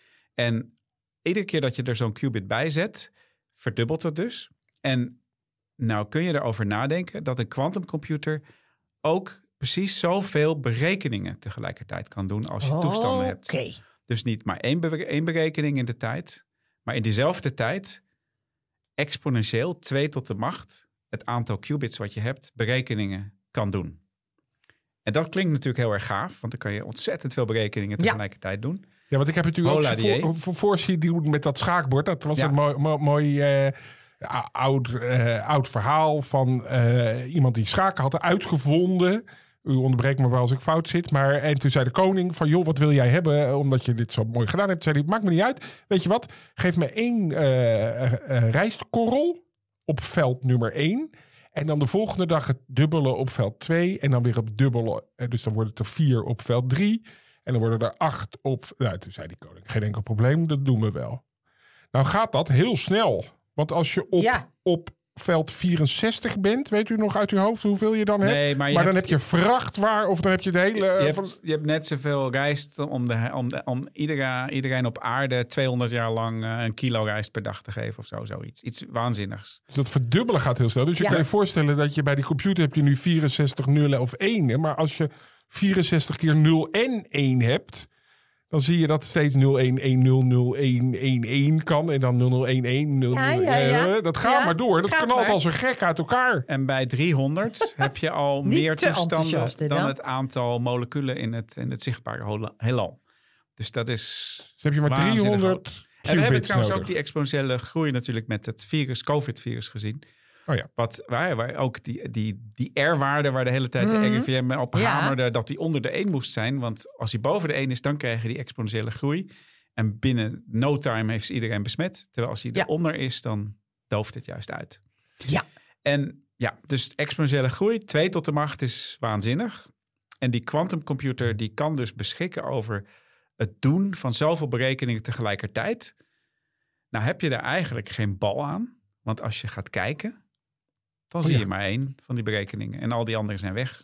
En iedere keer dat je er zo'n qubit bij zet, verdubbelt het dus. En nou kun je erover nadenken dat een quantumcomputer ook precies zoveel berekeningen tegelijkertijd kan doen als je toestanden hebt. Oké. Dus niet maar één, be- één berekening in de tijd, maar in diezelfde tijd exponentieel twee tot de macht het aantal qubits wat je hebt berekeningen kan doen. En dat klinkt natuurlijk heel erg gaaf, want dan kan je ontzettend veel berekeningen tegelijkertijd ja. doen. Ja, want ik heb het natuurlijk Hola, ook zo voor, voor, voor zien doen met dat schaakbord. Dat was Ja. een mooi, mooi, mooi uh, oud, uh, oud verhaal van uh, iemand die schaken had uitgevonden. U onderbreekt me wel als ik fout zit. Maar en toen zei de koning van, joh, wat wil jij hebben? Omdat je dit zo mooi gedaan hebt. Zei hij, maakt me niet uit. Weet je wat? Geef me één uh, uh, rijstkorrel op veld nummer één. En dan de volgende dag het dubbele op veld twee. En dan weer het dubbele. Dus dan wordt het er vier op veld drie. En dan worden er acht op... Nou, toen zei die koning, geen enkel probleem, dat doen we wel. Nou gaat dat heel snel. Want als je op, Ja. op veld vierenzestig bent, weet u nog uit uw hoofd hoeveel je dan hebt? Nee, maar je maar dan hebt- heb je vrachtwaar of dan heb je de hele... Je uh, van- hebt, je hebt net zoveel rijst om, de, om, de, om iedereen, iedereen op aarde tweehonderd jaar lang uh, een kilo rijst per dag te geven of zo, zoiets. Iets waanzinnigs. Dus dat verdubbelen gaat heel snel. Dus je Ja. kan je voorstellen dat je bij die computer heb je nu vierenzestig nullen of één. Maar als je vierenzestig keer nul en één hebt, dan zie je dat het steeds nul een een nul nul een een een kan. En dan nul nul een een nul nul. Ja, ja, ja. Uh, dat gaat Ja, maar door. Dat gaat knalt maar. als een gek uit elkaar. En bij driehonderd heb je al Niet meer te toestanden enthousiast, hè, dan dan? het aantal moleculen in het, in het zichtbare hola- heelal. Dus dat is... Dus heb je maar waanzinnig driehonderd groot. En we hebben qubits trouwens nodig. ook die exponentiële groei natuurlijk met het virus, COVID-virus gezien. Oh ja. Wat, waar, waar ook die, die, die R-waarde waar de hele tijd Mhm. de R I V M op Ja. hamerde, dat die onder de één moest zijn. Want als die boven de één is, dan krijg je die exponentiële groei. En binnen no time heeft ze iedereen besmet. Terwijl als die Ja. eronder is, dan dooft het juist uit. Ja. En ja, dus exponentiële groei, twee tot de macht is waanzinnig. En die quantumcomputer die kan dus beschikken over het doen van zoveel berekeningen tegelijkertijd. Nou heb je daar eigenlijk geen bal aan. Want als je gaat kijken, dan Oh zie ja. je maar één van die berekeningen. En al die anderen zijn weg.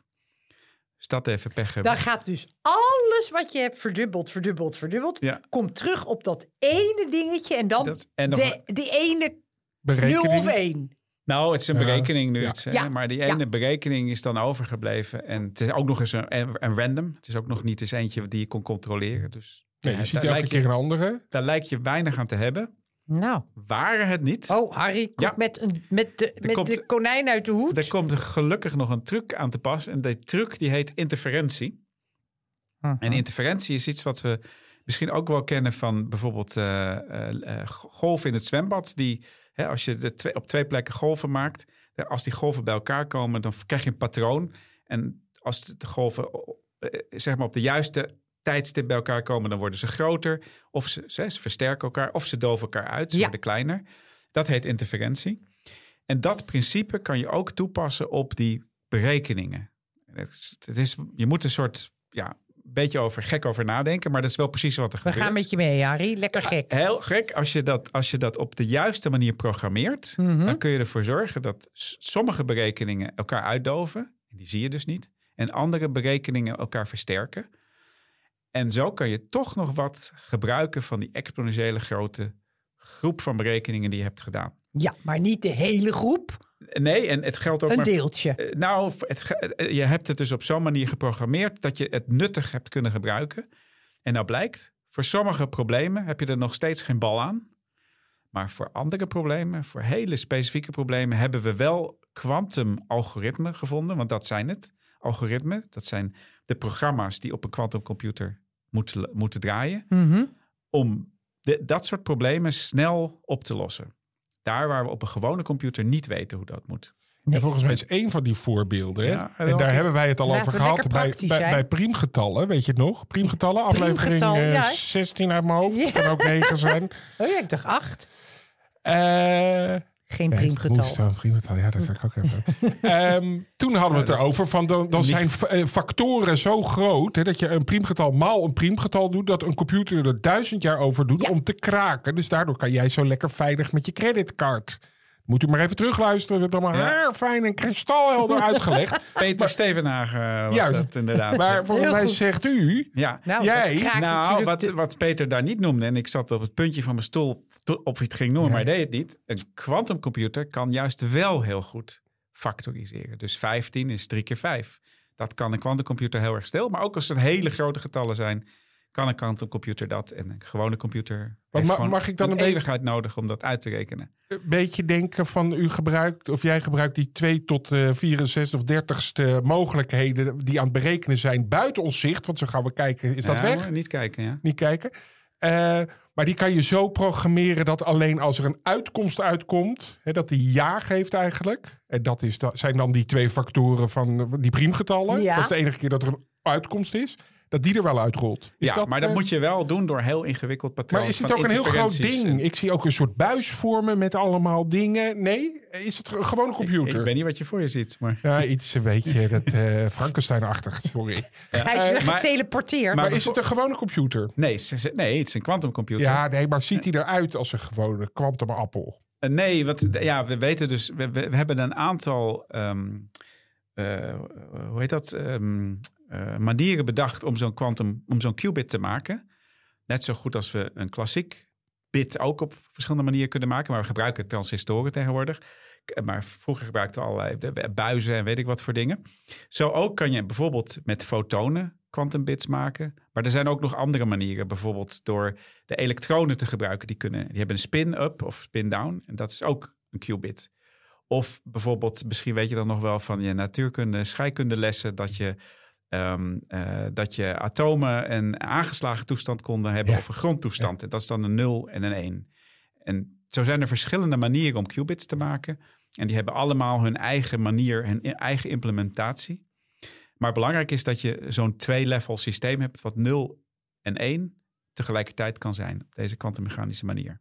Dus dat even pech hebben. Dan gaat dus alles wat je hebt verdubbeld, verdubbeld, verdubbeld. Ja. Komt terug op dat ene dingetje. En dan Dat- en nog- de, die ene Berekening. nul of één. Nou, het is een Ja. berekening nu. Ja. Het, hè, Ja. Maar die Ja. ene berekening is dan overgebleven. En het is ook nog eens een, een random. Het is ook nog niet eens eentje die je kon controleren. Dus Nee, ja, je ziet daar, elke lijkt keer je, een andere. daar lijkt je weinig aan te hebben. Nou. Waren het niet. Oh, Harry komt Ja. met, een, met, de, met komt- de konijn uit de hoed. Er komt gelukkig nog een truc aan te pas. En die truc die heet interferentie. Uh-huh. En interferentie is iets wat we misschien ook wel kennen van bijvoorbeeld uh, uh, uh, golven in het zwembad. Die, hè, als je de twee, op twee plekken golven maakt, de, als die golven bij elkaar komen, dan krijg je een patroon. En als de golven uh, zeg maar op de juiste tijdstip bij elkaar komen, dan worden ze groter. Of ze, ze, ze versterken elkaar, of ze doven elkaar uit, ze Ja. worden kleiner. Dat heet interferentie. En dat principe kan je ook toepassen op die berekeningen. Het is, het is, je moet een soort, ja, beetje over gek over nadenken, maar dat is wel precies wat er We gebeurt. gaan met je mee, Harry. Lekker gek. Heel gek. Als je dat, als je dat op de juiste manier programmeert, Mhm. dan kun je ervoor zorgen dat s- sommige berekeningen elkaar uitdoven. Die zie je dus niet. En andere berekeningen elkaar versterken. En zo kan je toch nog wat gebruiken van die exponentiële grote groep van berekeningen die je hebt gedaan. Ja, maar niet de hele groep. Nee, en het geldt ook Een maar... deeltje. Nou, het, je hebt het dus op zo'n manier geprogrammeerd dat je het nuttig hebt kunnen gebruiken. En nou blijkt, voor sommige problemen heb je er nog steeds geen bal aan. Maar voor andere problemen, voor hele specifieke problemen, hebben we wel kwantumalgoritmen gevonden. Want dat zijn het, algoritmen. Dat zijn de programma's die op een kwantumcomputer moeten, moeten draaien. Mm-hmm. Om de, dat soort problemen snel op te lossen. Daar waar we op een gewone computer niet weten hoe dat moet. Nee. En volgens mij is één van die voorbeelden, hè? Ja, en daar hebben wij het al Laten over we gehad lekker bij, praktisch bij, zijn. bij priemgetallen, weet je het nog? Priemgetallen, aflevering Priemgetal, eh, ja. zestien uit mijn hoofd. Ja. Kan ook negen zijn. Oh ja, ik dacht acht. Eh Geen Ja, priemgetal. moest wel een priemgetal, ja, dat zeg ik ook even. um, toen hadden we het erover van dan, dan zijn f- eh, factoren zo groot hè, dat je een priemgetal maal een priemgetal doet, dat een computer er duizend jaar over doet Ja. om te kraken. Dus daardoor kan jij zo lekker veilig met je creditcard. Moet u maar even terugluisteren. Het wordt allemaal Ja. haar fijn en kristalhelder uitgelegd. Peter Stevenhagen was Juist. dat inderdaad. Maar volgens Heel mij goed. zegt u... ja. Nou, Jij? dat kraakt Nou, natuurlijk wat, de- wat Peter daar niet noemde, en ik zat op het puntje van mijn stoel to- of hij het ging noemen, Ja. maar hij deed het niet. Een kwantumcomputer kan juist wel heel goed factoriseren. Dus vijftien is drie keer vijf. Dat kan een kwantumcomputer heel erg snel. Maar ook als het hele grote getallen zijn, kan een kwantumcomputer dat. En een gewone computer heeft ma- gewoon mag ik dan een een beetje- eeuwigheid nodig om dat uit te rekenen. Een beetje denken van u gebruikt, of jij gebruikt die twee tot uh, vierenzestig of dertigste mogelijkheden die aan het berekenen zijn buiten ons zicht. Want zo gaan we kijken, is dat Ja, weg? maar niet kijken, ja. Niet kijken. Uh, maar die kan je zo programmeren dat alleen als er een uitkomst uitkomt, hè, dat die ja geeft eigenlijk. En dat is, dat zijn dan die twee factoren van die priemgetallen. Ja. Dat is de enige keer dat er een uitkomst is. Dat die er wel uitrolt. Is Ja, dat, maar dat uh, moet je wel doen door heel ingewikkeld patroon. Maar is het van ook een heel groot interferenties ding? en- Ik zie ook een soort buis vormen met allemaal dingen. Nee? Is het gewoon een Ik, computer? ik weet niet wat je voor je ziet, maar... Ja, iets een beetje dat uh, Frankenstein-achtig, sorry. Hij is Eh, uh, maar- geteleporteerd. Maar Maar is het een gewone computer? Nee, ze- ze- nee, het is een kwantumcomputer. Ja, nee, maar ziet hij eruit als een gewone kwantumappel? Uh, nee, wat, ja, we weten dus, we, we, we hebben een aantal, um, uh, hoe heet dat, um, uh, manieren bedacht om zo'n quantum, om zo'n qubit te maken. Net zo goed als we een klassiek bit ook op verschillende manieren kunnen maken. Maar we gebruiken transistoren tegenwoordig. Maar vroeger gebruikten we allerlei de- buizen en weet ik wat voor dingen. Zo ook kan je bijvoorbeeld met fotonen quantumbits maken. Maar er zijn ook nog andere manieren. Bijvoorbeeld door de elektronen te gebruiken. Die, kunnen, die hebben een spin-up of spin-down. En dat is ook een qubit. Of bijvoorbeeld, misschien weet je dan nog wel van je natuurkunde, scheikundelessen, dat je, um, uh, dat je atomen een aangeslagen toestand konden hebben Ja. of een grondtoestand. En dat is dan een nul en een één. En zo zijn er verschillende manieren om qubits te maken. En die hebben allemaal hun eigen manier, hun eigen implementatie. Maar belangrijk is dat je zo'n twee-level systeem hebt wat nul en één tegelijkertijd kan zijn op deze kwantummechanische manier.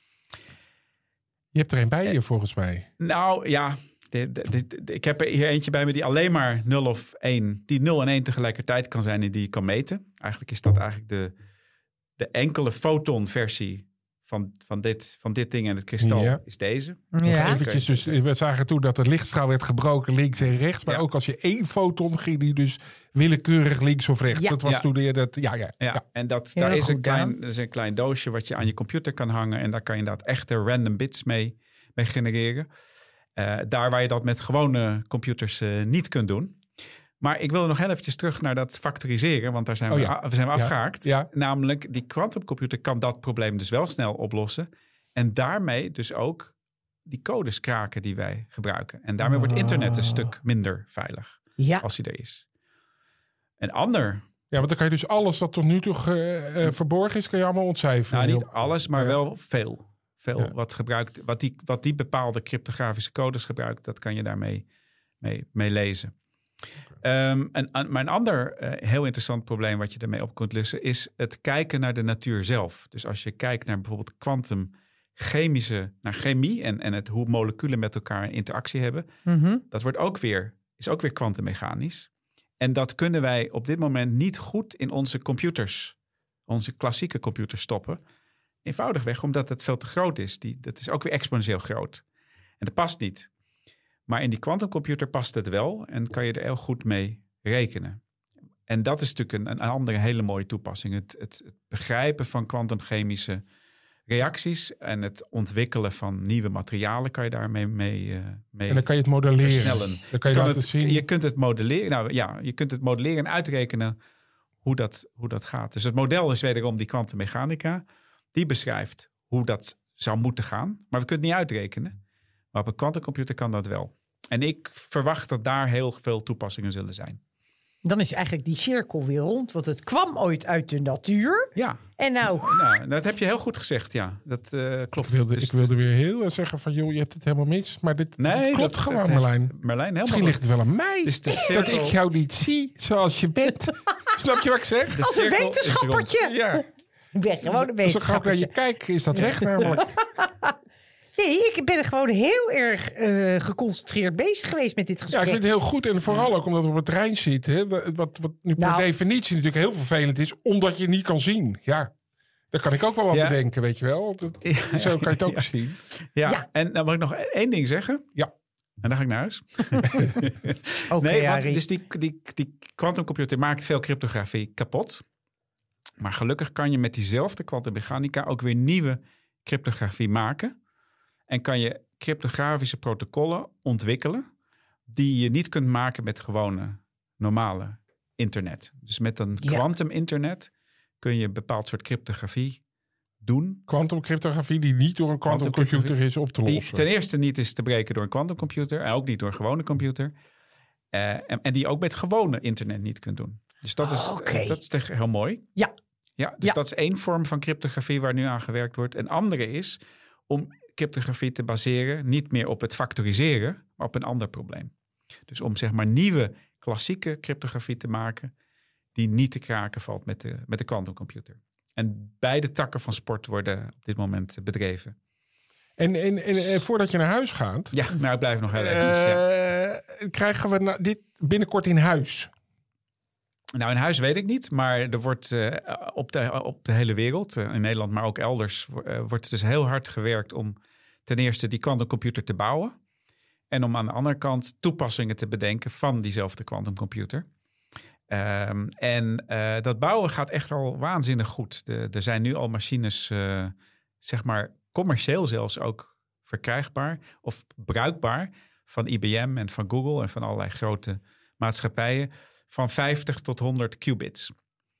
Je hebt er een bij je volgens mij. Nou ja, de, de, de, de, ik heb er hier eentje bij me die alleen maar nul of één, die nul en één tegelijkertijd kan zijn en die je kan meten. Eigenlijk is dat eigenlijk de, de enkele fotonversie van, van, dit, van dit ding en het kristal Ja. is deze. Ja. Eventjes, dus we zagen toen dat het lichtstraal werd gebroken links en rechts. Maar Ja. ook als je één foton ging die dus willekeurig links of rechts. Ja. Dat was Ja. toen de, dat, ja, ja, Ja, ja. en dat, Heel daar is een, goed, klein, Daan. dat is een klein doosje wat je aan je computer kan hangen. En daar kan je inderdaad echte random bits mee, mee genereren. Uh, daar waar je dat met gewone computers uh, niet kunt doen. Maar ik wil nog heel eventjes terug naar dat factoriseren. Want daar zijn, Oh we, ja. we zijn we Ja. afgehaakt. Ja. Namelijk, die quantumcomputer kan dat probleem dus wel snel oplossen. En daarmee dus ook die codes kraken die wij gebruiken. En daarmee wordt internet een stuk minder veilig Ja. als die er is. Een ander... Ja, want dan kan je dus alles dat tot nu toe uh, uh, verborgen is, kan je allemaal ontcijferen. Nou, niet alles, maar Ja. wel veel. Veel Ja. wat, gebruikt, wat, die, wat die bepaalde cryptografische codes gebruikt, dat kan je daarmee mee, mee lezen. Um, en, en, maar een ander uh, heel interessant probleem wat je ermee op kunt lossen, is het kijken naar de natuur zelf. Dus als je kijkt naar bijvoorbeeld kwantumchemische, naar chemie en, en het, hoe moleculen met elkaar een interactie hebben, Mm-hmm. dat wordt ook weer, is ook weer kwantummechanisch. En dat kunnen wij op dit moment niet goed in onze computers, onze klassieke computers stoppen. Eenvoudigweg omdat het veel te groot is. Die, dat is ook weer exponentieel groot. En dat past niet. Maar in die quantumcomputer past het wel en kan je er heel goed mee rekenen. En dat is natuurlijk een, een andere hele mooie toepassing. Het, het, het begrijpen van kwantumchemische reacties en het ontwikkelen van nieuwe materialen kan je daarmee mee, uh, mee En dan kan je het modelleren. versnellen. Dan kan je, Kan laten het, zien. je kunt het modelleren. Nou ja, je kunt het modelleren en uitrekenen hoe dat, hoe dat gaat. Dus het model is wederom die kwantummechanica. Die beschrijft hoe dat zou moeten gaan. Maar we kunnen het niet uitrekenen. Maar op een kwantumcomputer kan dat wel. En ik verwacht dat daar heel veel toepassingen zullen zijn. Dan is eigenlijk die cirkel weer rond. Want het kwam ooit uit de natuur. Ja, En nou, nou, dat heb je heel goed gezegd. Ja, dat uh, klopt. Ik wilde, Dus- ik wilde weer heel erg zeggen van, joh, je hebt het helemaal mis. Maar dit, Nee, dit klopt dat, gewoon, dat heeft Marlijn. Marlijn helemaal Misschien ligt het wel aan mij. Dus de Dat cirkel- ik jou niet zie zoals je bent. Snap je wat ik zeg? De als een cirkel is wetenschappertje. rond. Ja. Ik ben gewoon een Als ik ga naar je wetenschappertje. kijk, is dat weg namelijk. Nee, ik ben gewoon heel erg uh, geconcentreerd bezig geweest met dit Ja, gesprek. ik vind het heel goed. En vooral ook omdat we op het terrein zitten. Hè, wat, wat nu per Nou. definitie natuurlijk heel vervelend is. Omdat je het niet kan zien. Ja, daar kan ik ook wel wat Ja. bedenken, weet je wel. Dat, Ja, zo kan je het ook ja. zien. Ja. Ja. En dan mag ik nog één ding zeggen. Ja. En dan ga ik naar huis. Oké, nee, want Arie. dus die, die, die kwantumcomputer maakt veel cryptografie kapot. Maar gelukkig kan je met diezelfde kwantummechanica ook weer nieuwe cryptografie maken. En kan je cryptografische protocollen ontwikkelen die je niet kunt maken met gewone normale internet. Dus met een Ja. quantum internet kun je een bepaald soort cryptografie doen. Kwantumcryptografie die niet door een kwantumcomputer is op te Die lossen. ten eerste niet is te breken door een kwantumcomputer en ook niet door een gewone computer. Uh, en, en die ook met gewone internet niet kunt doen. Dus dat is, Oh, oké. uh, dat is echt heel mooi. Ja. Ja, dus Ja. dat is één vorm van cryptografie waar nu aan gewerkt wordt. Een andere is om cryptografie te baseren niet meer op het factoriseren, maar op een ander probleem. Dus om zeg maar nieuwe klassieke cryptografie te maken die niet te kraken valt met de, met de kwantumcomputer. En beide takken van sport worden op dit moment bedreven. En, en, en, en voordat je naar huis gaat, Ja, nou ik blijf nog heel even. ja. eh, krijgen we na- dit binnenkort in huis. Nou, in huis weet ik niet, maar er wordt uh, op, de, op de hele wereld, uh, in Nederland, maar ook elders, uh, wordt dus heel hard gewerkt om ten eerste die kwantumcomputer te bouwen. En om aan de andere kant toepassingen te bedenken van diezelfde kwantumcomputer. Um, en uh, dat bouwen gaat echt al waanzinnig goed. De, er zijn nu al machines, uh, zeg maar commercieel zelfs ook verkrijgbaar of bruikbaar van I B M en van Google en van allerlei grote maatschappijen van vijftig tot honderd qubits.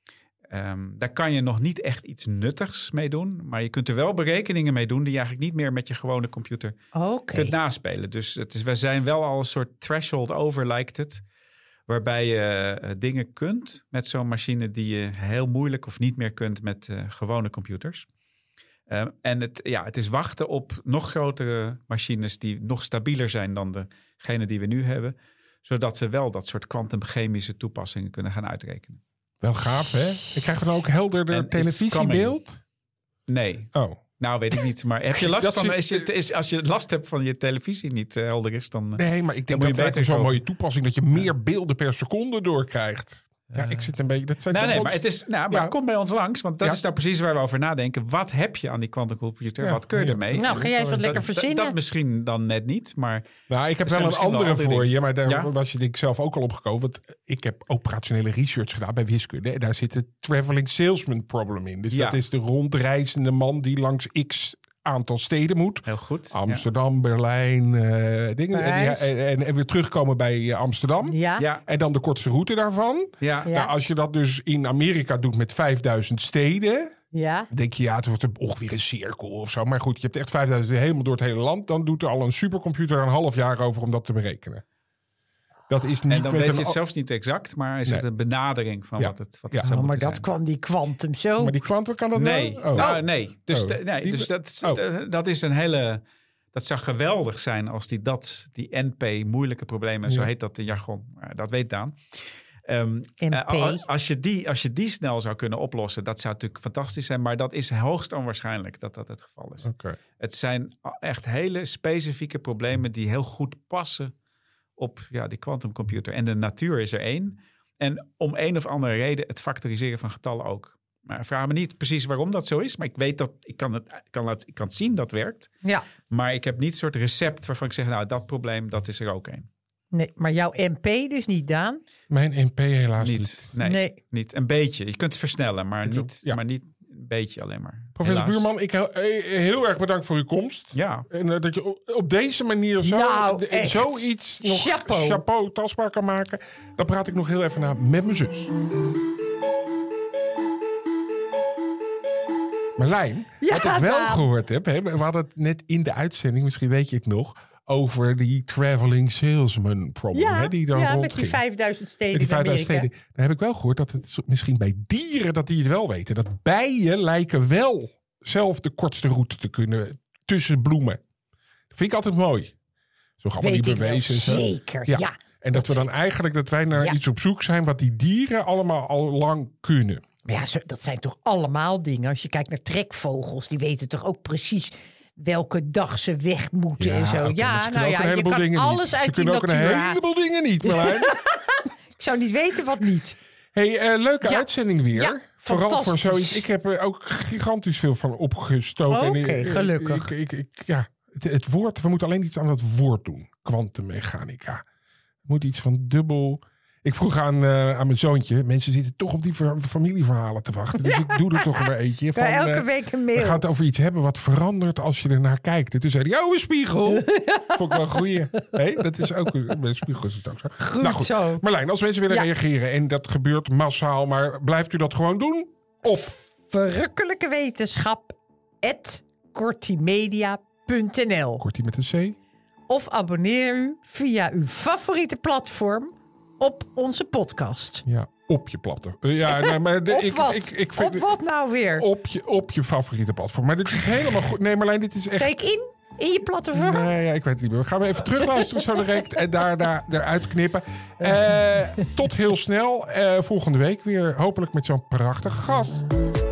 Um, daar kan je nog niet echt iets nuttigs mee doen, maar je kunt er wel berekeningen mee doen die je eigenlijk niet meer met je gewone computer Oké. kunt naspelen. Dus het is, we zijn wel al een soort threshold over, lijkt het, waarbij je uh, dingen kunt met zo'n machine die je heel moeilijk of niet meer kunt met uh, gewone computers. Uh, en het, ja, het is wachten op nog grotere machines die nog stabieler zijn dan degene die we nu hebben, zodat we wel dat soort kwantumchemische toepassingen kunnen gaan uitrekenen. Wel gaaf, hè? En krijgen we dan ook helderder And it's televisiebeeld? Nee. Oh. Nou, weet ik niet. Maar heb je last Dat van... zit- Is je, is, als je last hebt van je televisie niet uh, helder is, dan... Uh, Nee, maar ik denk moet dat je het beter zo'n kopen. mooie toepassing dat je meer beelden per seconde doorkrijgt. Ja, ik zit een beetje... Dat zijn Nee, toch nee, wel- maar het is... Nou, maar Ja. kom bij ons langs, want dat Ja. is nou precies waar we over nadenken. Wat heb je aan die kwantumcomputer? Ja, Wat kun je ja. ermee? Nou, ga jij eens wat Dat- lekker dat- verzinnen. Dat misschien dan net niet, maar... Nou, ik heb Er zijn wel een misschien wel andere andere voor dingen. je, maar daar Ja? was je denk ik zelf ook al opgekomen. Want ik heb operationele research gedaan bij wiskunde. En daar zit het traveling salesman problem in. Dus Ja. dat is de rondreizende man die langs x aantal steden moet. Heel goed. Amsterdam, Berlijn, eh, dingen. En, die- Parijs. en, en, en weer terugkomen bij eh, Amsterdam. Ja. Ja, En dan de kortste route daarvan. ja. Ja. Nou, als je dat dus in Amerika doet met vijfduizend steden... Ja. dan denk je, ja, het wordt een- ongeveer een cirkel of zo. Maar goed, je hebt echt vijfduizend helemaal door het hele land. Dan doet er al een supercomputer er een half jaar over om dat te berekenen. Dat is niet En dan met weet een... je het zelfs niet exact, maar is Nee. het een benadering van Ja. wat het, wat Ja. het zou Oh, maar moeten dat zijn. kwam die kwantum zo. Maar die kwantum kan dat Nee, wel? Oh. nou, nee. Dus, Oh. de- nee, Die- dus dat, Oh. dat- dat is een hele... Dat zou geweldig zijn als die dat, die N P, moeilijke problemen, zo Ja. heet dat in jargon, maar dat weet Daan. Ehm, N P. eh, als, als, je die, als je die snel zou kunnen oplossen, dat zou natuurlijk fantastisch zijn, maar dat is hoogst onwaarschijnlijk dat dat het geval is. Oké. Het zijn echt hele specifieke problemen die heel goed passen op ja, die kwantumcomputer. En de natuur is er één. En om een of andere reden het factoriseren van getallen ook. Maar vraag me niet precies waarom dat zo is. Maar ik weet dat, ik kan het, ik kan het, ik kan het zien dat werkt. Ja. Maar ik heb niet een soort recept waarvan ik zeg, nou dat probleem, dat is er ook één. Nee, maar jouw M P dus niet, Daan? Mijn N P helaas niet. Niet, nee, Nee. niet. Een beetje. Je kunt het versnellen, maar Ik wil- niet, ja. maar niet, een beetje alleen maar. Professor Helaas. Buurman, ik heel, heel erg bedankt voor uw komst. Ja. En uh, dat je op, op deze manier zo, Nou, de, echt. zoiets nog Chapeau. chapeau tastbaar kan maken. Dan praat ik nog heel even na met mijn zus. Marlijn, Ja, wat ik wel Daan. gehoord heb, hè, we hadden het net in de uitzending, misschien weet je het nog, over die traveling salesman problem. Ja, hè, die dan ja met rondging. die vijfduizend steden Met die in Amerika. vijfduizend steden. Dan heb ik wel gehoord dat het zo- misschien bij dieren dat die het wel weten. Dat bijen lijken wel zelf de kortste route te kunnen tussen bloemen. Dat vind ik altijd mooi. Zo allemaal Weet niet ik wel bewezen. en zo. zeker, Ja. ja. En dat we dan eigenlijk dat wij naar Ja. iets op zoek zijn wat die dieren allemaal al lang kunnen. Maar ja, zo- dat zijn toch allemaal dingen. Als je kijkt naar trekvogels, die weten toch ook precies welke dag ze weg moeten en zo. oké, maar Ja, ze kunnen nou ook ja, een je heleboel kan dingen alles niet. Ze uit die kunnen ook een natuur halen. heleboel dingen niet, Marlijn. Ik zou niet weten wat niet. Hey, eh, leuke Ja. uitzending weer. Ja, Vooral voor fantastisch. zoiets. Ik heb er ook gigantisch veel van opgestoken. En, Oké, eh, gelukkig. Ik, ik, ik, ja, het, het woord, we moeten alleen iets aan het woord doen. Kwantummechanica. Er moet iets van dubbel. Ik vroeg aan, uh, aan mijn zoontje. Mensen zitten toch op die ver- familieverhalen te wachten. Dus ik doe er toch maar eentje. Van, Ja, elke uh, week een we mail. gaan het over iets hebben wat verandert als je er naar kijkt. En toen zei hij, oh, een spiegel. Vond ik wel een goeie. Nee, dat is ook, bij een spiegel is het ook zo. Goed nou goed, zo. Marlijn, als mensen willen Ja. reageren en dat gebeurt massaal, maar blijft u dat gewoon doen? Of Verrukkelijke wetenschap at kortimedia punt n l. kortie met een C? Of abonneer u via uw favoriete platform op onze podcast. Ja, op je platte. Uh, ja, nee, maar de, Op ik, wat? ik, ik vind op wat nou weer? op je, op je favoriete platform. Maar dit is helemaal goed. Nee, Marlijn, dit is echt. Kijk in, in je platform. Nee, ja, ik weet het niet meer. We gaan even terugluisteren zo direct en daar, daar eruit knippen. Uh, tot heel snel. Uh, volgende week weer hopelijk met zo'n prachtige gast.